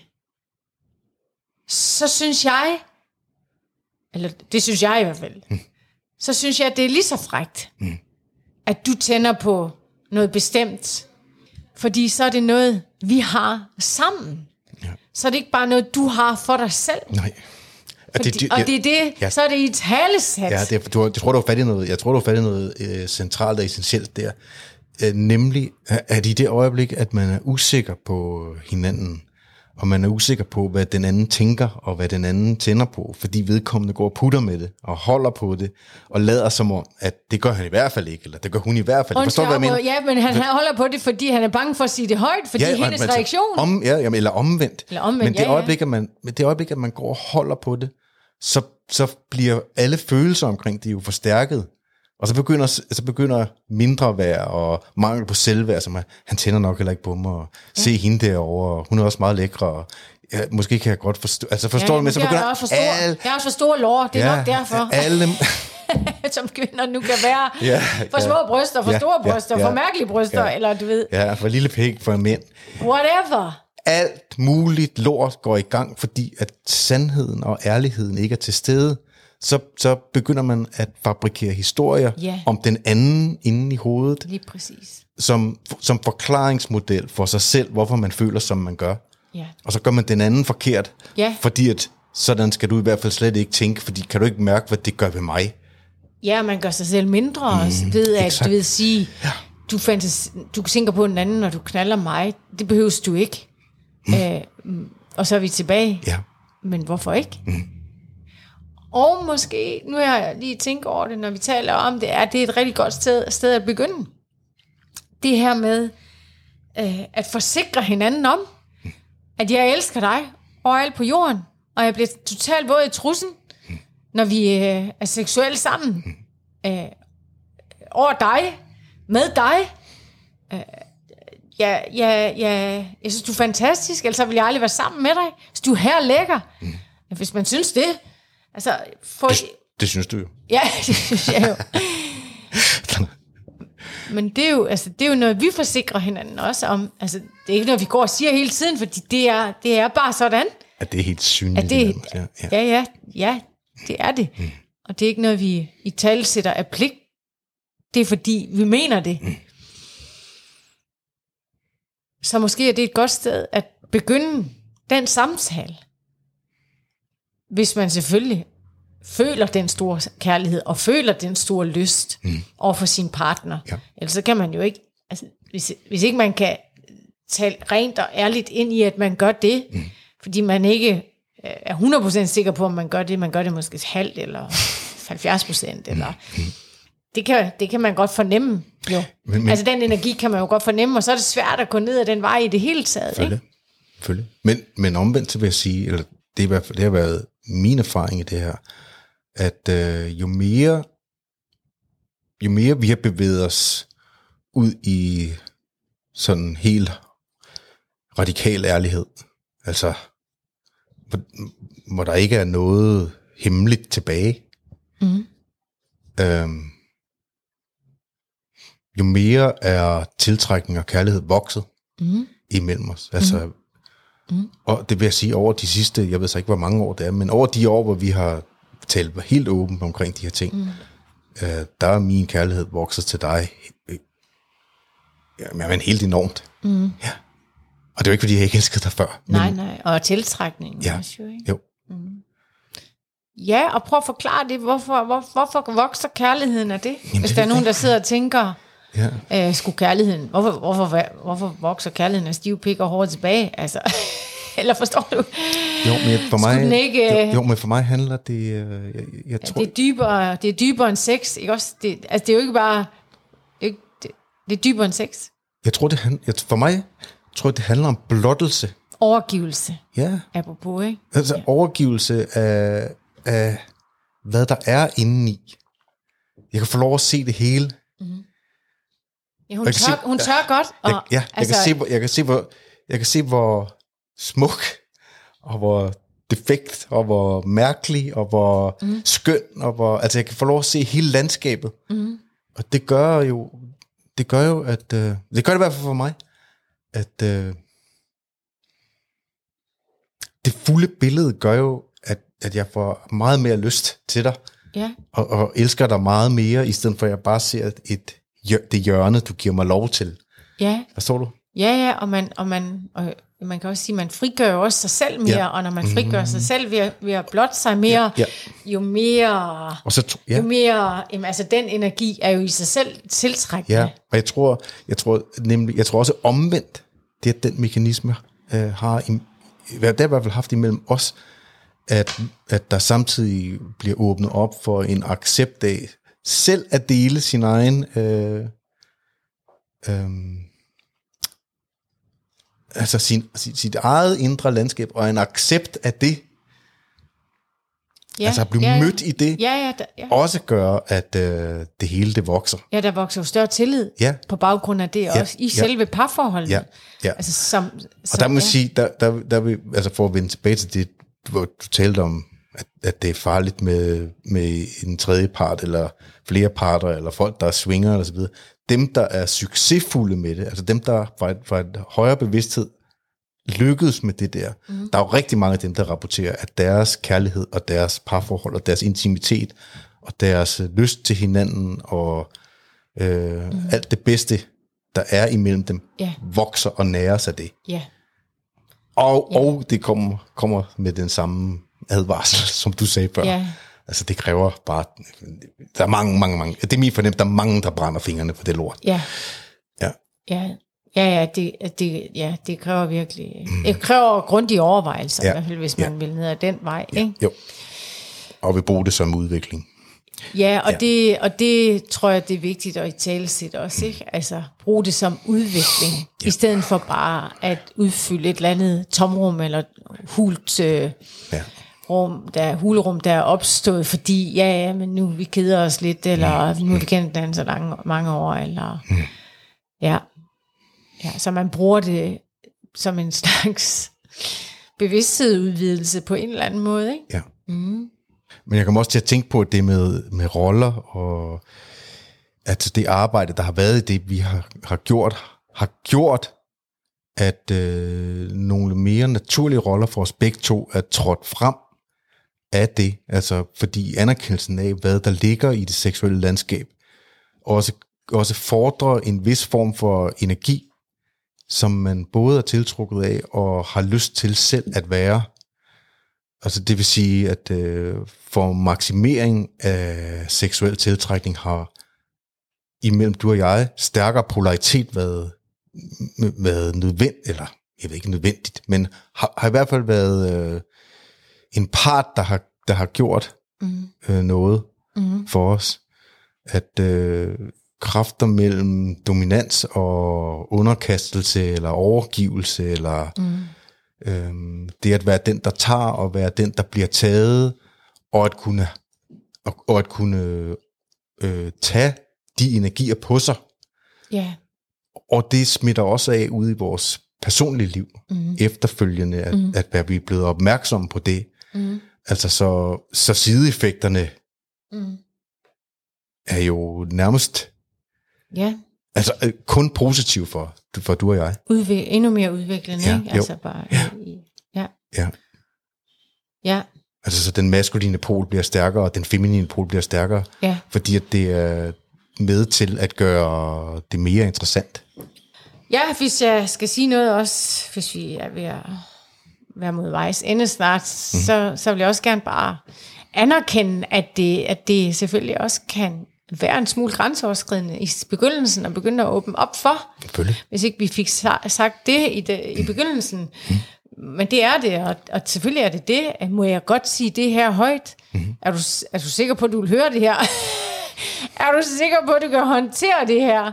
Så synes jeg, eller det synes jeg i hvert fald, mm. så synes jeg, at det er lige så frækt, mm. at du tænder på noget bestemt. Fordi så er det noget, vi har sammen. Ja. Så er det ikke bare noget, du har for dig selv. Nej. Fordi, det, det, og det er det, ja. Så er det i talesat. Ja, det er, du, jeg tror, du har fat i noget, jeg tror, du har fat i noget øh, centralt og essentielt der. Øh, nemlig, at i det øjeblik, at man er usikker på hinanden, og man er usikker på, hvad den anden tænker, og hvad den anden tænder på, fordi vedkommende går og putter med det, og holder på det, og lader som om, at det gør han i hvert fald ikke, eller det gør hun i hvert fald ikke. Forstår du, hvad jeg mener? Ja, men han holder på det, fordi han er bange for at sige det højt, fordi ja, hendes altså, reaktion... Om, ja, jamen, eller omvendt. Eller omvendt, men det ja, øjeblik, at man, det øjeblik, at man går og holder på det, så, så bliver alle følelser omkring det jo forstærket. Og så begynder, så begynder mindre værd og mangel på selvværd, som er, han tænder nok heller ikke på mig, og ja. Se hende derovre, hun er også meget lækre, og Ja, måske kan jeg godt forstå, altså forstår ja, du, men så begynder jeg er for stor, alle, jeg er for stor lår, det er ja, nok derfor. Alle, som kvinder nu kan være ja, for små ja, bryster, for ja, store bryster, ja, ja, for mærkelige bryster, ja, eller du ved. Ja, for lille pæk, for mænd. Whatever. Alt muligt lort går i gang, fordi at sandheden og ærligheden ikke er til stede. Så, så begynder man at fabrikere historier ja. om den anden inde i hovedet. Lige præcis. Som, som forklaringsmodel for sig selv, hvorfor man føler, som man gør. Ja. Og så gør man den anden forkert, ja. fordi at sådan skal du i hvert fald slet ikke tænke, fordi kan du ikke mærke, hvad det gør ved mig? Ja, man gør sig selv mindre også, mm, ved at exakt. Du vil sige, ja. du, fantas, du tænker på den anden, når du knaller mig. Det behøves du ikke. Mm. Æ, og så er vi tilbage. Ja. Men hvorfor ikke? Mm. Og måske, nu har jeg lige tænkt over det, når vi taler om det, er det et rigtig godt sted, sted at begynde. Det her med øh, at forsikre hinanden om, mm. at jeg elsker dig overalt på jorden, og jeg bliver totalt våd i trussen, mm. når vi øh, er seksuelle sammen. Mm. Øh, over dig, med dig. Øh, ja, ja, ja, jeg synes, du er fantastisk, ellers vil jeg aldrig være sammen med dig. Hvis du er her lækker. Mm. Hvis man synes det. Altså, for... det, det synes du jo. Ja, det synes jeg jo. Men det er jo, altså, det er jo noget, vi forsikrer hinanden også om. Altså, det er ikke noget, vi går og siger hele tiden, fordi det er, det er bare sådan. At det er helt synligt. Det, ja, ja. ja, ja, ja, det er det. Mm. Og det er ikke noget, vi i tale sætter af pligt. Det er fordi, vi mener det. Mm. Så måske er det et godt sted at begynde den samtale. Hvis man selvfølgelig føler den store kærlighed, og føler den store lyst mm. over for sin partner. Ja. Ellers så kan man jo ikke, altså, hvis, hvis ikke man kan tale rent og ærligt ind i, at man gør det, mm. fordi man ikke er hundrede procent sikker på, om man gør det, man gør det måske halvt, eller halvfjerds procent, eller... Mm. Det kan, det kan man godt fornemme, jo. Men, men, altså den energi kan man jo godt fornemme, og så er det svært at gå ned ad den vej i det hele taget. Følge, ikke? Følge. Men, men omvendt så vil jeg sige, eller det, er i hvert fald, det har været min erfaring i det her, at øh, jo mere jo mere vi har bevæget os ud i sådan helt radikal ærlighed, altså hvor, hvor der ikke er noget hemmeligt tilbage, mm. øhm, jo mere er tiltrækning og kærlighed vokset mm. imellem os. Altså, mm. Mm. Og det vil jeg sige over de sidste, jeg ved så ikke, hvor mange år det er, men over de år, hvor vi har talt helt åbent omkring de her ting, mm. øh, der er min kærlighed vokset til dig. Ja, men helt enormt. Mm. Ja. Og det er jo ikke, fordi jeg ikke elskede dig før. Nej, men, nej, og tiltrækningen ja, også jo, ikke? Jo. Mm. Ja, og prøv at forklare det, hvorfor, hvor, hvorfor vokser kærligheden af det? Jamen, hvis der er nogen, der sidder og tænker, ja. øh, skulle kærligheden, hvorfor, hvorfor, hvorfor vokser kærligheden af stive pik og hårdt tilbage? Altså, eller forstår du? Jo, men for mig, ikke, jo, jo, men for mig handler det, jeg, jeg tror... Det er dybere, det er dybere end sex, ikke også? Det, altså, det er jo ikke bare, det er, det, det er dybere end sex. Jeg tror, det handler, for mig tror jeg, det handler om blottelse. Overgivelse. Ja. Apropos, ikke? Altså ja. overgivelse af, af, hvad der er indeni. Jeg kan få lov at se det hele. Mm-hmm. Ja, hun, tør, se, hun tør godt. Og, jeg, ja, altså, jeg, kan se, jeg, kan se, hvor, jeg kan se, hvor smuk, og hvor defekt, og hvor mærkelig, og hvor mm. skøn, og hvor, altså jeg kan få lov at se hele landskabet. Mm. Og det gør jo, det gør jo, at, øh, det gør det i hvert fald for mig, at øh, det fulde billede gør jo, at, at jeg får meget mere lyst til dig, ja. og, og elsker dig meget mere, i stedet for at jeg bare ser et, det hjørne, du giver mig lov til. Ja. Forstår du? Ja, ja, og man, og man, og man kan også sige, at man frigør jo også sig selv mere, ja. Og når man frigør mm. sig selv ved, ved at blotte sig mere, ja, ja. jo mere, og så, ja. jo mere, jamen, altså den energi er jo i sig selv tiltrækkende. Ja, og jeg tror, jeg tror nemlig, jeg tror også omvendt, det er den mekanisme øh, har, i, det har i hvert fald haft imellem os, at, at der samtidig bliver åbnet op for en accept af, selv at dele sin egen, øh, øh, altså sin, sit, sit eget indre landskab, og en accept af det, Ja, altså at blive ja, ja. mødt i det, ja, ja, da, ja. også gør, at øh, det hele det vokser. Ja, der vokser jo større tillid ja. på baggrund af det ja. også, i ja. selve parforholdet. Ja. Ja. Altså, som, og som, der må jeg ja. sige, der, der, der vil, altså for at vende tilbage til det, hvor du talte om, at, at det er farligt med, med en tredje part, eller flere parter, eller folk, der er swinger, eller så videre. Dem, der er succesfulde med det, altså dem, der fra et, fra et højere bevidsthed lykkedes med det der. Mm. Der er jo rigtig mange af dem, der rapporterer, at deres kærlighed, og deres parforhold, og deres intimitet, og deres lyst til hinanden, og øh, mm. alt det bedste, der er imellem dem, yeah. vokser og næres af det. Yeah. Og, yeah. og det kommer, kommer med den samme advarsel, som du sagde før. Yeah. Altså det kræver bare, der er mange, mange, mange, det er min fornemmelse, der er mange, der brænder fingrene på det lort. Yeah. Ja. Ja, ja, ja, det, det, ja, det kræver virkelig, mm. det kræver grundige overvejelser, ja. I hvert fald, hvis man ja. vil ned ad den vej. Ja. Ikke? Jo, og vil bruge det som udvikling. Ja, og, ja. Det, og det tror jeg, det er vigtigt at italesætte også, ikke? Altså bruge det som udvikling, ja. I stedet for bare at udfylde et eller andet tomrum, eller hult øh, ja. rum, der, hulrum, der er opstået, fordi, ja, ja, men nu vi keder os lidt, eller mm. nu har vi kendt den så lange, mange år, eller, mm. ja. Ja, så man bruger det som en slags bevidsthedsudvidelse på en eller anden måde, ikke? Ja. Mm. Men jeg kommer også til at tænke på det med, med roller, og at det arbejde, der har været i det, vi har, har gjort, har gjort, at øh, nogle mere naturlige roller for os begge to er trådt frem af det. Altså fordi anerkendelsen af, hvad der ligger i det seksuelle landskab, også, også fordrer en vis form for energi, som man både er tiltrukket af og har lyst til selv at være. Altså det vil sige, at øh, for maksimering af seksuel tiltrækning har imellem du og jeg stærkere polaritet været, været nødvendigt, eller jeg ved ikke nødvendigt, men har, har i hvert fald været øh, en part, der har, der har gjort mm. øh, noget mm. for os. At øh, kræfter mellem dominans og underkastelse, eller overgivelse, eller mm. øhm, det at være den, der tager, og være den, der bliver taget, og at kunne, og, og at kunne øh, tage de energier på sig. Yeah. Og det smitter også af ude i vores personlige liv, mm. efterfølgende, at, mm. at, at vi er blevet opmærksomme på det. Mm. Altså så, så sideeffekterne mm. er jo nærmest ja. Altså kun positiv for, for du og jeg. Udvik- endnu mere udviklende, ja, ikke? Altså bare ja. I, ja. ja. Ja. Altså så den maskuline pol bliver stærkere, og den feminine pol bliver stærkere, ja. fordi at det er med til at gøre det mere interessant. Ja, hvis jeg skal sige noget også, hvis vi er ved at være mod vejs ende snart, mm. så, så vil jeg også gerne bare anerkende, at det, at det selvfølgelig også kan være en smule grænseoverskridende i begyndelsen, og begynde at åbne op for, hvis ikke vi fik sagt det i, det, i begyndelsen. Mm. Men det er det, og, og selvfølgelig er det det. Må jeg godt sige det her højt? Mm. Er, du, er du sikker på, at du vil høre det her? Er du sikker på, at du kan håndtere det her?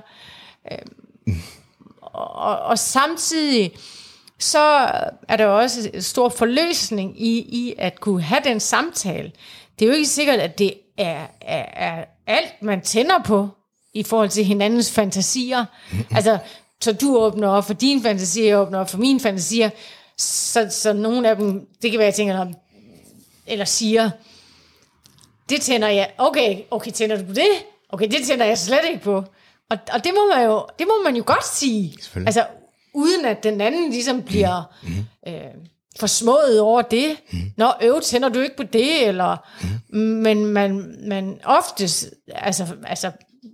Mm. Og, og samtidig så er der også en stor forløsning i, i at kunne have den samtale. Det er jo ikke sikkert, at det er, er, er alt, man tænder på i forhold til hinandens fantasier. Mm-hmm. Altså, så du åbner op for dine fantasier, jeg åbner op for mine fantasier, så, så nogle af dem, det kan være, jeg tænker, eller siger, det tænder jeg, okay, okay, tænder du på det? Okay, det tænder jeg slet ikke på. Og, og det, må man jo, det må man jo godt sige. Altså, uden at den anden ligesom bliver mm-hmm. øh, forsmået over det. Mm-hmm. Nå, øv, tænder du ikke på det? Eller, mm-hmm. Men man, man oftest, altså, altså,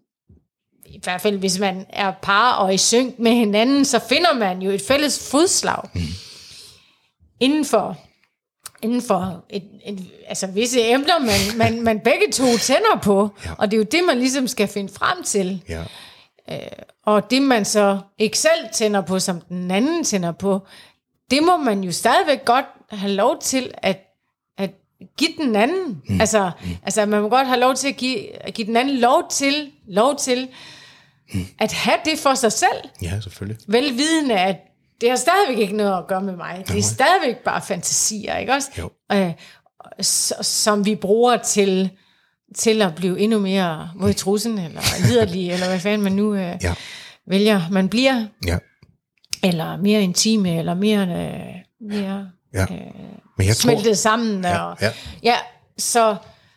i hvert fald hvis man er par og i synk med hinanden, så finder man jo et fælles fodslag. Mm-hmm. Inden for, inden for et, et, altså visse emner, man, man, man begge to tænder på. Ja. Og det er jo det, man ligesom skal finde frem til. Ja. Øh, og det man så ikke selv tænder på, som den anden tænder på, det må man jo stadigvæk godt have lov til at, at give den anden. Mm. Altså, mm. altså man må godt have lov til at give, at give den anden lov til, lov til mm. at have det for sig selv. Ja, selvfølgelig. Velvidende, at det har stadigvæk ikke noget at gøre med mig. Det er stadigvæk bare fantasier, ikke også? Jo. Øh, som vi bruger til, til at blive endnu mere mod trussen, eller liderlige, eller hvad fanden man nu øh, ja. vælger, man bliver. Ja. Eller mere intime, eller mere, øh, mere ja. øh, Men jeg smeltet tror... sammen. Ja, og, ja. ja så,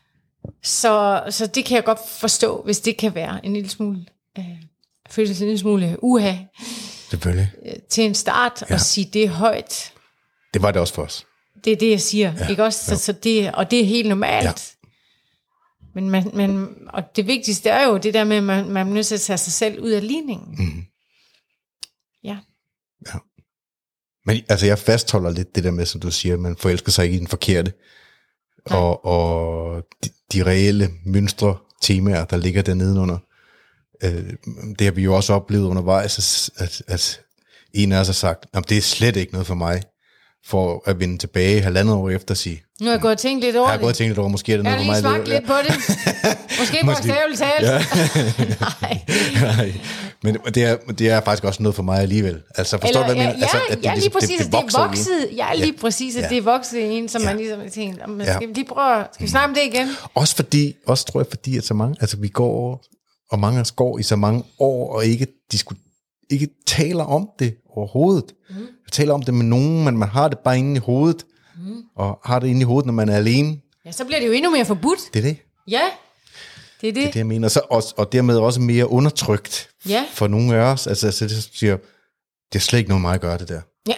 så, så det kan jeg godt forstå, hvis det kan være en lille smule, øh, føles en lille smule uha. Selvfølgelig. Øh, til en start, ja. og sige det højt. Det var det også for os. Det er det, jeg siger. Ja. Ikke også? Så, så det, og det er helt normalt. Ja. Men, man, man, og det vigtigste er jo det der med, at man, man er nødt til at tage sig selv ud af ligningen. Mm. Ja. Ja. Men altså, jeg fastholder lidt det der med, som du siger, man forelsker sig ikke i den forkerte. Og, og de, de reelle mønstre, temaer, der ligger dernede under, øh, det har vi jo også oplevet undervejs, at, at en af os har sagt, at det er slet ikke noget for mig, for at vende tilbage halvandet år efter og sige, nu har jeg gået og tænkt lidt over det. Jeg har gået og tænkt lidt over, måske er det noget for mig. Jeg har lige smagt lidt på det. Måske bogstaveligt talt. Ja. Nej. Nej. Men det er, det er faktisk også noget for mig alligevel. Altså, forstår du, hvad jeg mener? Ja, altså, at det, ja, lige det, præcis, det, det, det det er vokset. Ja, lige præcis, at ja. det er vokset i en, som ja. man ligesom har tænkt, skal ja. vi lige prøve, skal vi snakke om det igen? Også fordi, også tror jeg, fordi at så mange, altså vi går, og mange af os går i så mange år, og ikke, disku- ikke taler om det overhovedet. Mm. Jeg taler om det med nogen, men man har det bare inde i hovedet, mm. og har det inde i hovedet, når man er alene. Ja, så bliver det jo endnu mere forbudt. Det er det. Ja, det er det. Det er det, jeg mener. Så også, og dermed også mere undertrykt ja. for nogle af os. Altså, altså det siger, det er slet ikke noget meget at gøre det der. Ja.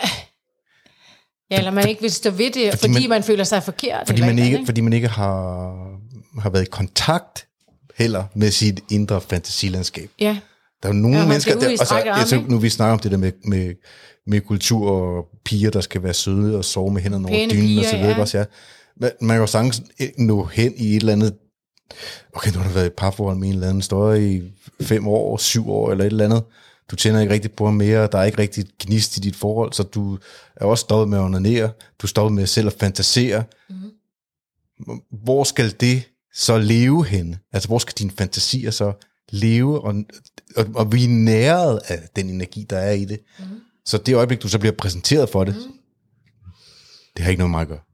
Ja, eller man ikke vil stå ved det, fordi, fordi man, man føler sig forkert. Fordi, man ikke, ikke? fordi man ikke har, har været i kontakt heller med sit indre fantasilandskab. Ja. Der er nogle ja, mennesker, der, og så, altså, nu vi snakker om det der med, med, med kultur og piger, der skal være søde og sove med hænderne over dynen og så videre. Ja. Også, ja. Man, man kan jo sagtens nå hen i et eller andet, okay, nu har du været i parforhold med en eller anden, står i fem år, syv år eller et eller andet. Du tænder ikke rigtig på ham mere, der er ikke rigtig gnist i dit forhold, så du er også stoppet med at onanere, du er stoppet med selv at fantasere. Mm-hmm. Hvor skal det så leve hen? Altså, hvor skal dine fantasier så leve, og, og, og vi er næret af den energi, der er i det. Mm-hmm. Så det øjeblik, du så bliver præsenteret for det, mm-hmm. det har ikke noget meget at gøre.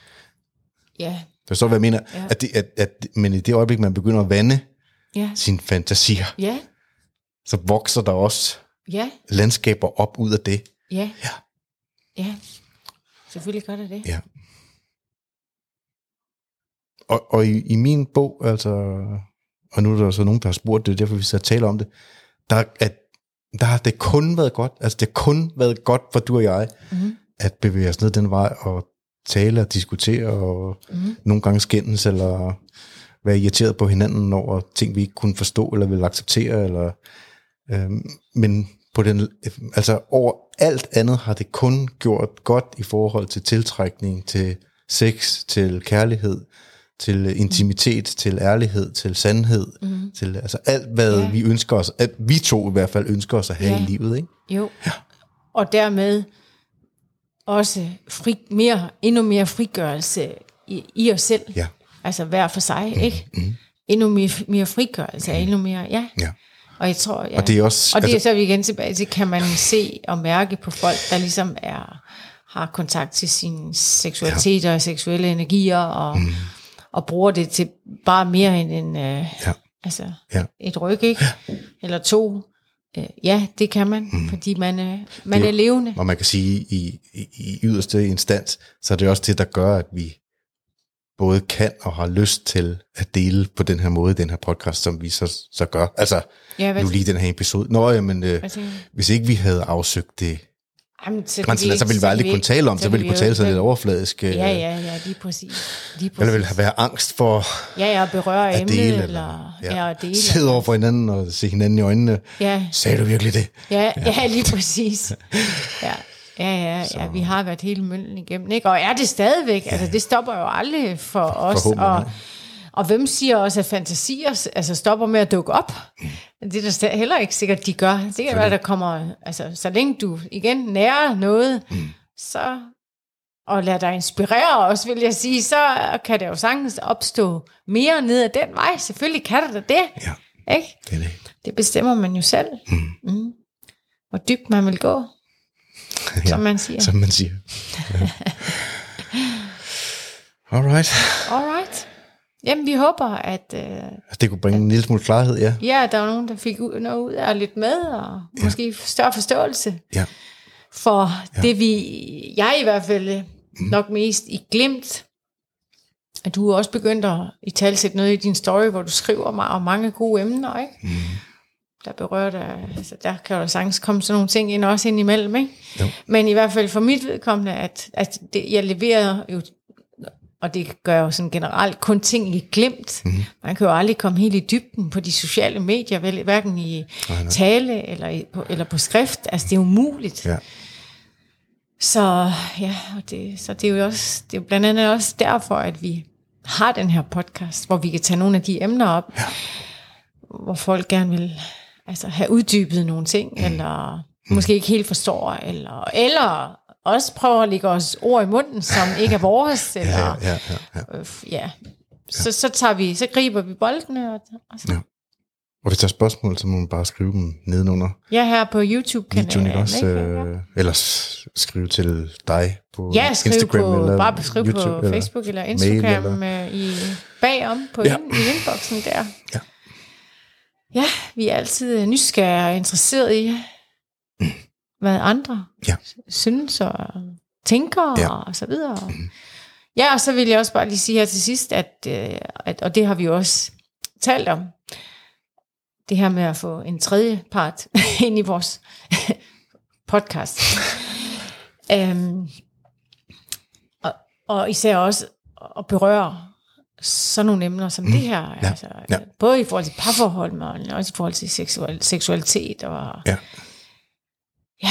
Ja. Forstår du, hvad jeg mener? Ja. At det, at, at, men i det øjeblik, man begynder at vande ja. sine fantasier, ja. så vokser der også ja. landskaber op ud af det. Ja. Ja. Ja. Selvfølgelig gør det det. Ja. Og, og i, i min bog, altså, og nu er der så nogen, der har spurgt det, derfor vi så taler om det, der, at, der har det kun været godt, altså det har kun været godt for du og jeg, mm-hmm. at bevæge os ned den vej, og tale og diskutere, og mm-hmm. nogle gange skændes, eller være irriteret på hinanden over ting, vi ikke kunne forstå, eller ville acceptere, eller, øhm, men på den, altså over alt andet har det kun gjort godt i forhold til tiltrækning, til sex, til kærlighed, til intimitet, mm. til ærlighed, til sandhed, mm. til altså alt, hvad ja. vi ønsker os, at vi to i hvert fald ønsker os at have ja. i livet, ikke? Jo. Ja. Og dermed også fri, mere, endnu mere frigørelse i, i os selv. Ja. Altså hver for sig, mm. ikke? Mm. Endnu mere, mere frigørelse, mm. endnu mere, ja. ja. Og jeg tror, ja. Og det er også, og det altså, er så vi igen tilbage til, kan man se og mærke på folk, der ligesom er, har kontakt til sin seksualitet ja. og seksuelle energier, og mm. og bruger det til bare mere end en, øh, ja. altså ja. et ryg, ikke? Ja. Eller to. Øh, ja, det kan man, mm. fordi man, øh, man det, er levende. Og man kan sige, i, i, i yderste instans, så er det også det, der gør, at vi både kan og har lyst til at dele på den her måde, den her podcast, som vi så, så gør. Altså, ja, nu lige den her episode. Nå, jamen, øh, hvis ikke vi havde afsøgt det, Jamen, så, grænsen, vi, så ville vi aldrig kunne tale om, så, så ville vi kunne tale så lidt overfladisk. Ja, ja, ja, lige præcis. Lige præcis. Eller ville have været angst for ja, ja, at berøre at emnet, dele, eller, eller ja, at dele. Sidde over for hinanden og se hinanden i øjnene. Ja. Sagde du virkelig det? Ja, ja. ja lige præcis. Ja. Ja, ja, ja, vi har været hele møllen igennem, ikke? Og er det stadigvæk, ja. altså det stopper jo aldrig for os, og, og hvem siger også, at fantasier altså stopper med at dukke op? Mm. Det er der heller ikke sikkert, de gør. Det kan være, der kommer, altså så længe du igen nærer noget, mm. så, og lader dig inspirere også, vil jeg sige, så kan det jo sagtens opstå mere ned ad den vej. Selvfølgelig kan der det, ja. ikke? Det, det. det bestemmer man jo selv, mm. Mm. hvor dybt man vil gå. Ja, som man siger. Som man siger. Ja. Alright. Alright. Jamen, vi håber, at... Øh, det kunne bringe at, en lille smule klarhed, ja. Ja, der var nogen, der fik noget ud af lidt med, og ja. måske større forståelse ja. for ja. det, vi... Jeg i hvert fald mm. nok mest i glimt, at du også begyndt at i talsætte noget i din story, hvor du skriver mig om mange gode emner, ikke? Mm. Der berører dig, altså der kan jo sagtens komme sådan nogle ting ind, også ind imellem, ikke? Jo. Men i hvert fald for mit vedkommende, at, at det, jeg leverer jo, og det gør jo sådan generelt kun ting i glimt. Mm. Man kan jo aldrig komme helt i dybden på de sociale medier, vel, hverken i nej, nej. tale eller, i, på, eller på skrift. Altså det er umuligt. Ja. Så ja, og det, så det er jo også, det er jo blandt andet også derfor, at vi har den her podcast, hvor vi kan tage nogle af de emner op, ja. hvor folk gerne vil altså, have uddybet nogle ting, mm. eller mm. måske ikke helt forstår, eller, eller også prøver at lægge os ord i munden, som ikke er vores, eller ja, ja, ja, ja. Øh, ja. Så, så tager vi, så griber vi boldene, og, og så. Ja. Og hvis der er spørgsmål, så må man bare skrive dem nedenunder. Ja, her på YouTube-kanalen. Også, øh, eller skrive til dig på ja, Instagram. På, eller bare skrive YouTube, på Facebook eller, eller Instagram eller... i bagom på ja. ind, i inboxen der. Ja. ja, vi er altid nysgerrige og interesserede i, mm. hvad andre ja. synes og tænker ja. og så videre. Mm. Ja, og så vil jeg også bare lige sige her til sidst, at, at og det har vi jo også talt om, det her med at få en tredje part ind i vores podcast. um, og, og især også at berøre sådan nogle emner som mm. det her. Ja. Altså, ja. Både i forhold til parforhold, men også i forhold til seksual, seksualitet. Og, ja. Ja.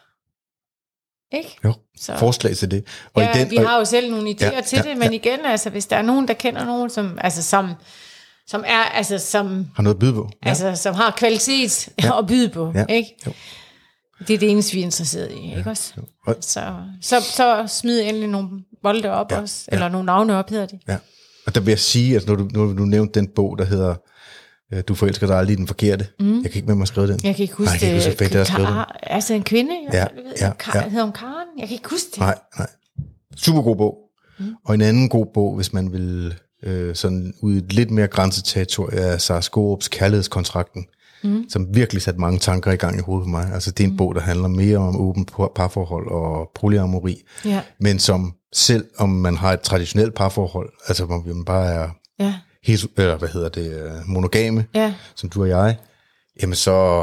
Ikke? Jo, så. Forslag til det. Og ja, i den, vi har jo selv nogle idéer ja, til ja, det, men ja. igen, altså, hvis der er nogen, der kender nogen, som, altså, som som er, altså, som har noget at byde på. Ja. Altså, som har kvalitet ja. at byde på, ja. ikke? Jo. Det er det eneste, vi er interesseret i, ja. ikke også? Og så, så, så smid endelig nogle bolde op ja. også, eller ja. nogle navne op, hedder det. Ja. Og der vil jeg sige, at når du, når du nævnte den bog, der hedder Du forelsker dig aldrig den forkerte. Mm. Jeg kan ikke med mig skrive den. Jeg kan ikke huske, nej, jeg kan ikke huske det. Kar- altså en kvinde, jeg ja, ved, ja, Kar- ja. hedder hun Karen? Jeg kan ikke huske det. Nej, nej. Super god bog. Mm. Og en anden god bog, hvis man vil øh, sådan ud i et lidt mere grænseterritorium, er Sara Skorups Kærlighedskontrakten, mm. som virkelig satte mange tanker i gang i hovedet på mig. Altså det er en mm. bog, der handler mere om åben parforhold og polyamori, ja. men som selv om man har et traditionelt parforhold, altså hvor man bare er ja. helt, eller hvad hedder det, monogame, ja. som du og jeg, jamen så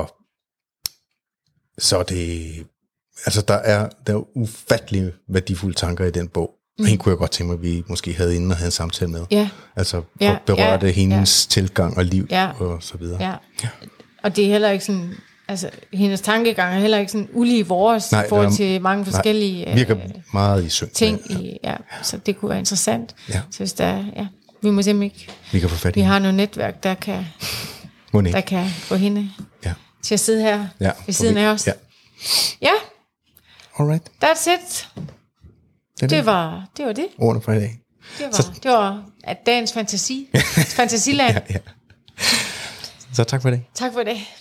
så er det, altså der er, der er ufattelig værdifulde tanker i den bog. Mm. Hende kunne jeg godt tænke mig, at vi måske havde inden og havde en samtale med. Ja. Altså ja, berørte ja, hendes ja. tilgang og liv ja. og så videre. Ja. Ja. Og det er heller ikke sådan, altså hendes tankegang er heller ikke sådan ulige vores nej, i forhold til mange forskellige nej, virker øh, meget i synk ting. Ja. I, ja. Så det kunne være interessant. Ja. Så hvis der, ja, vi må simpelthen ikke. Vi kan få fat i. Vi har noget netværk, der kan, der kan få hende ja. til at sidde her ja, ved siden af os. Ja. Ja. Alright. That's it. Det, det var det var det. Ordene for i dag. Det var så, det var at dagens fantasi. Fantasiland. ja, ja. Så tak for det. Tak for det.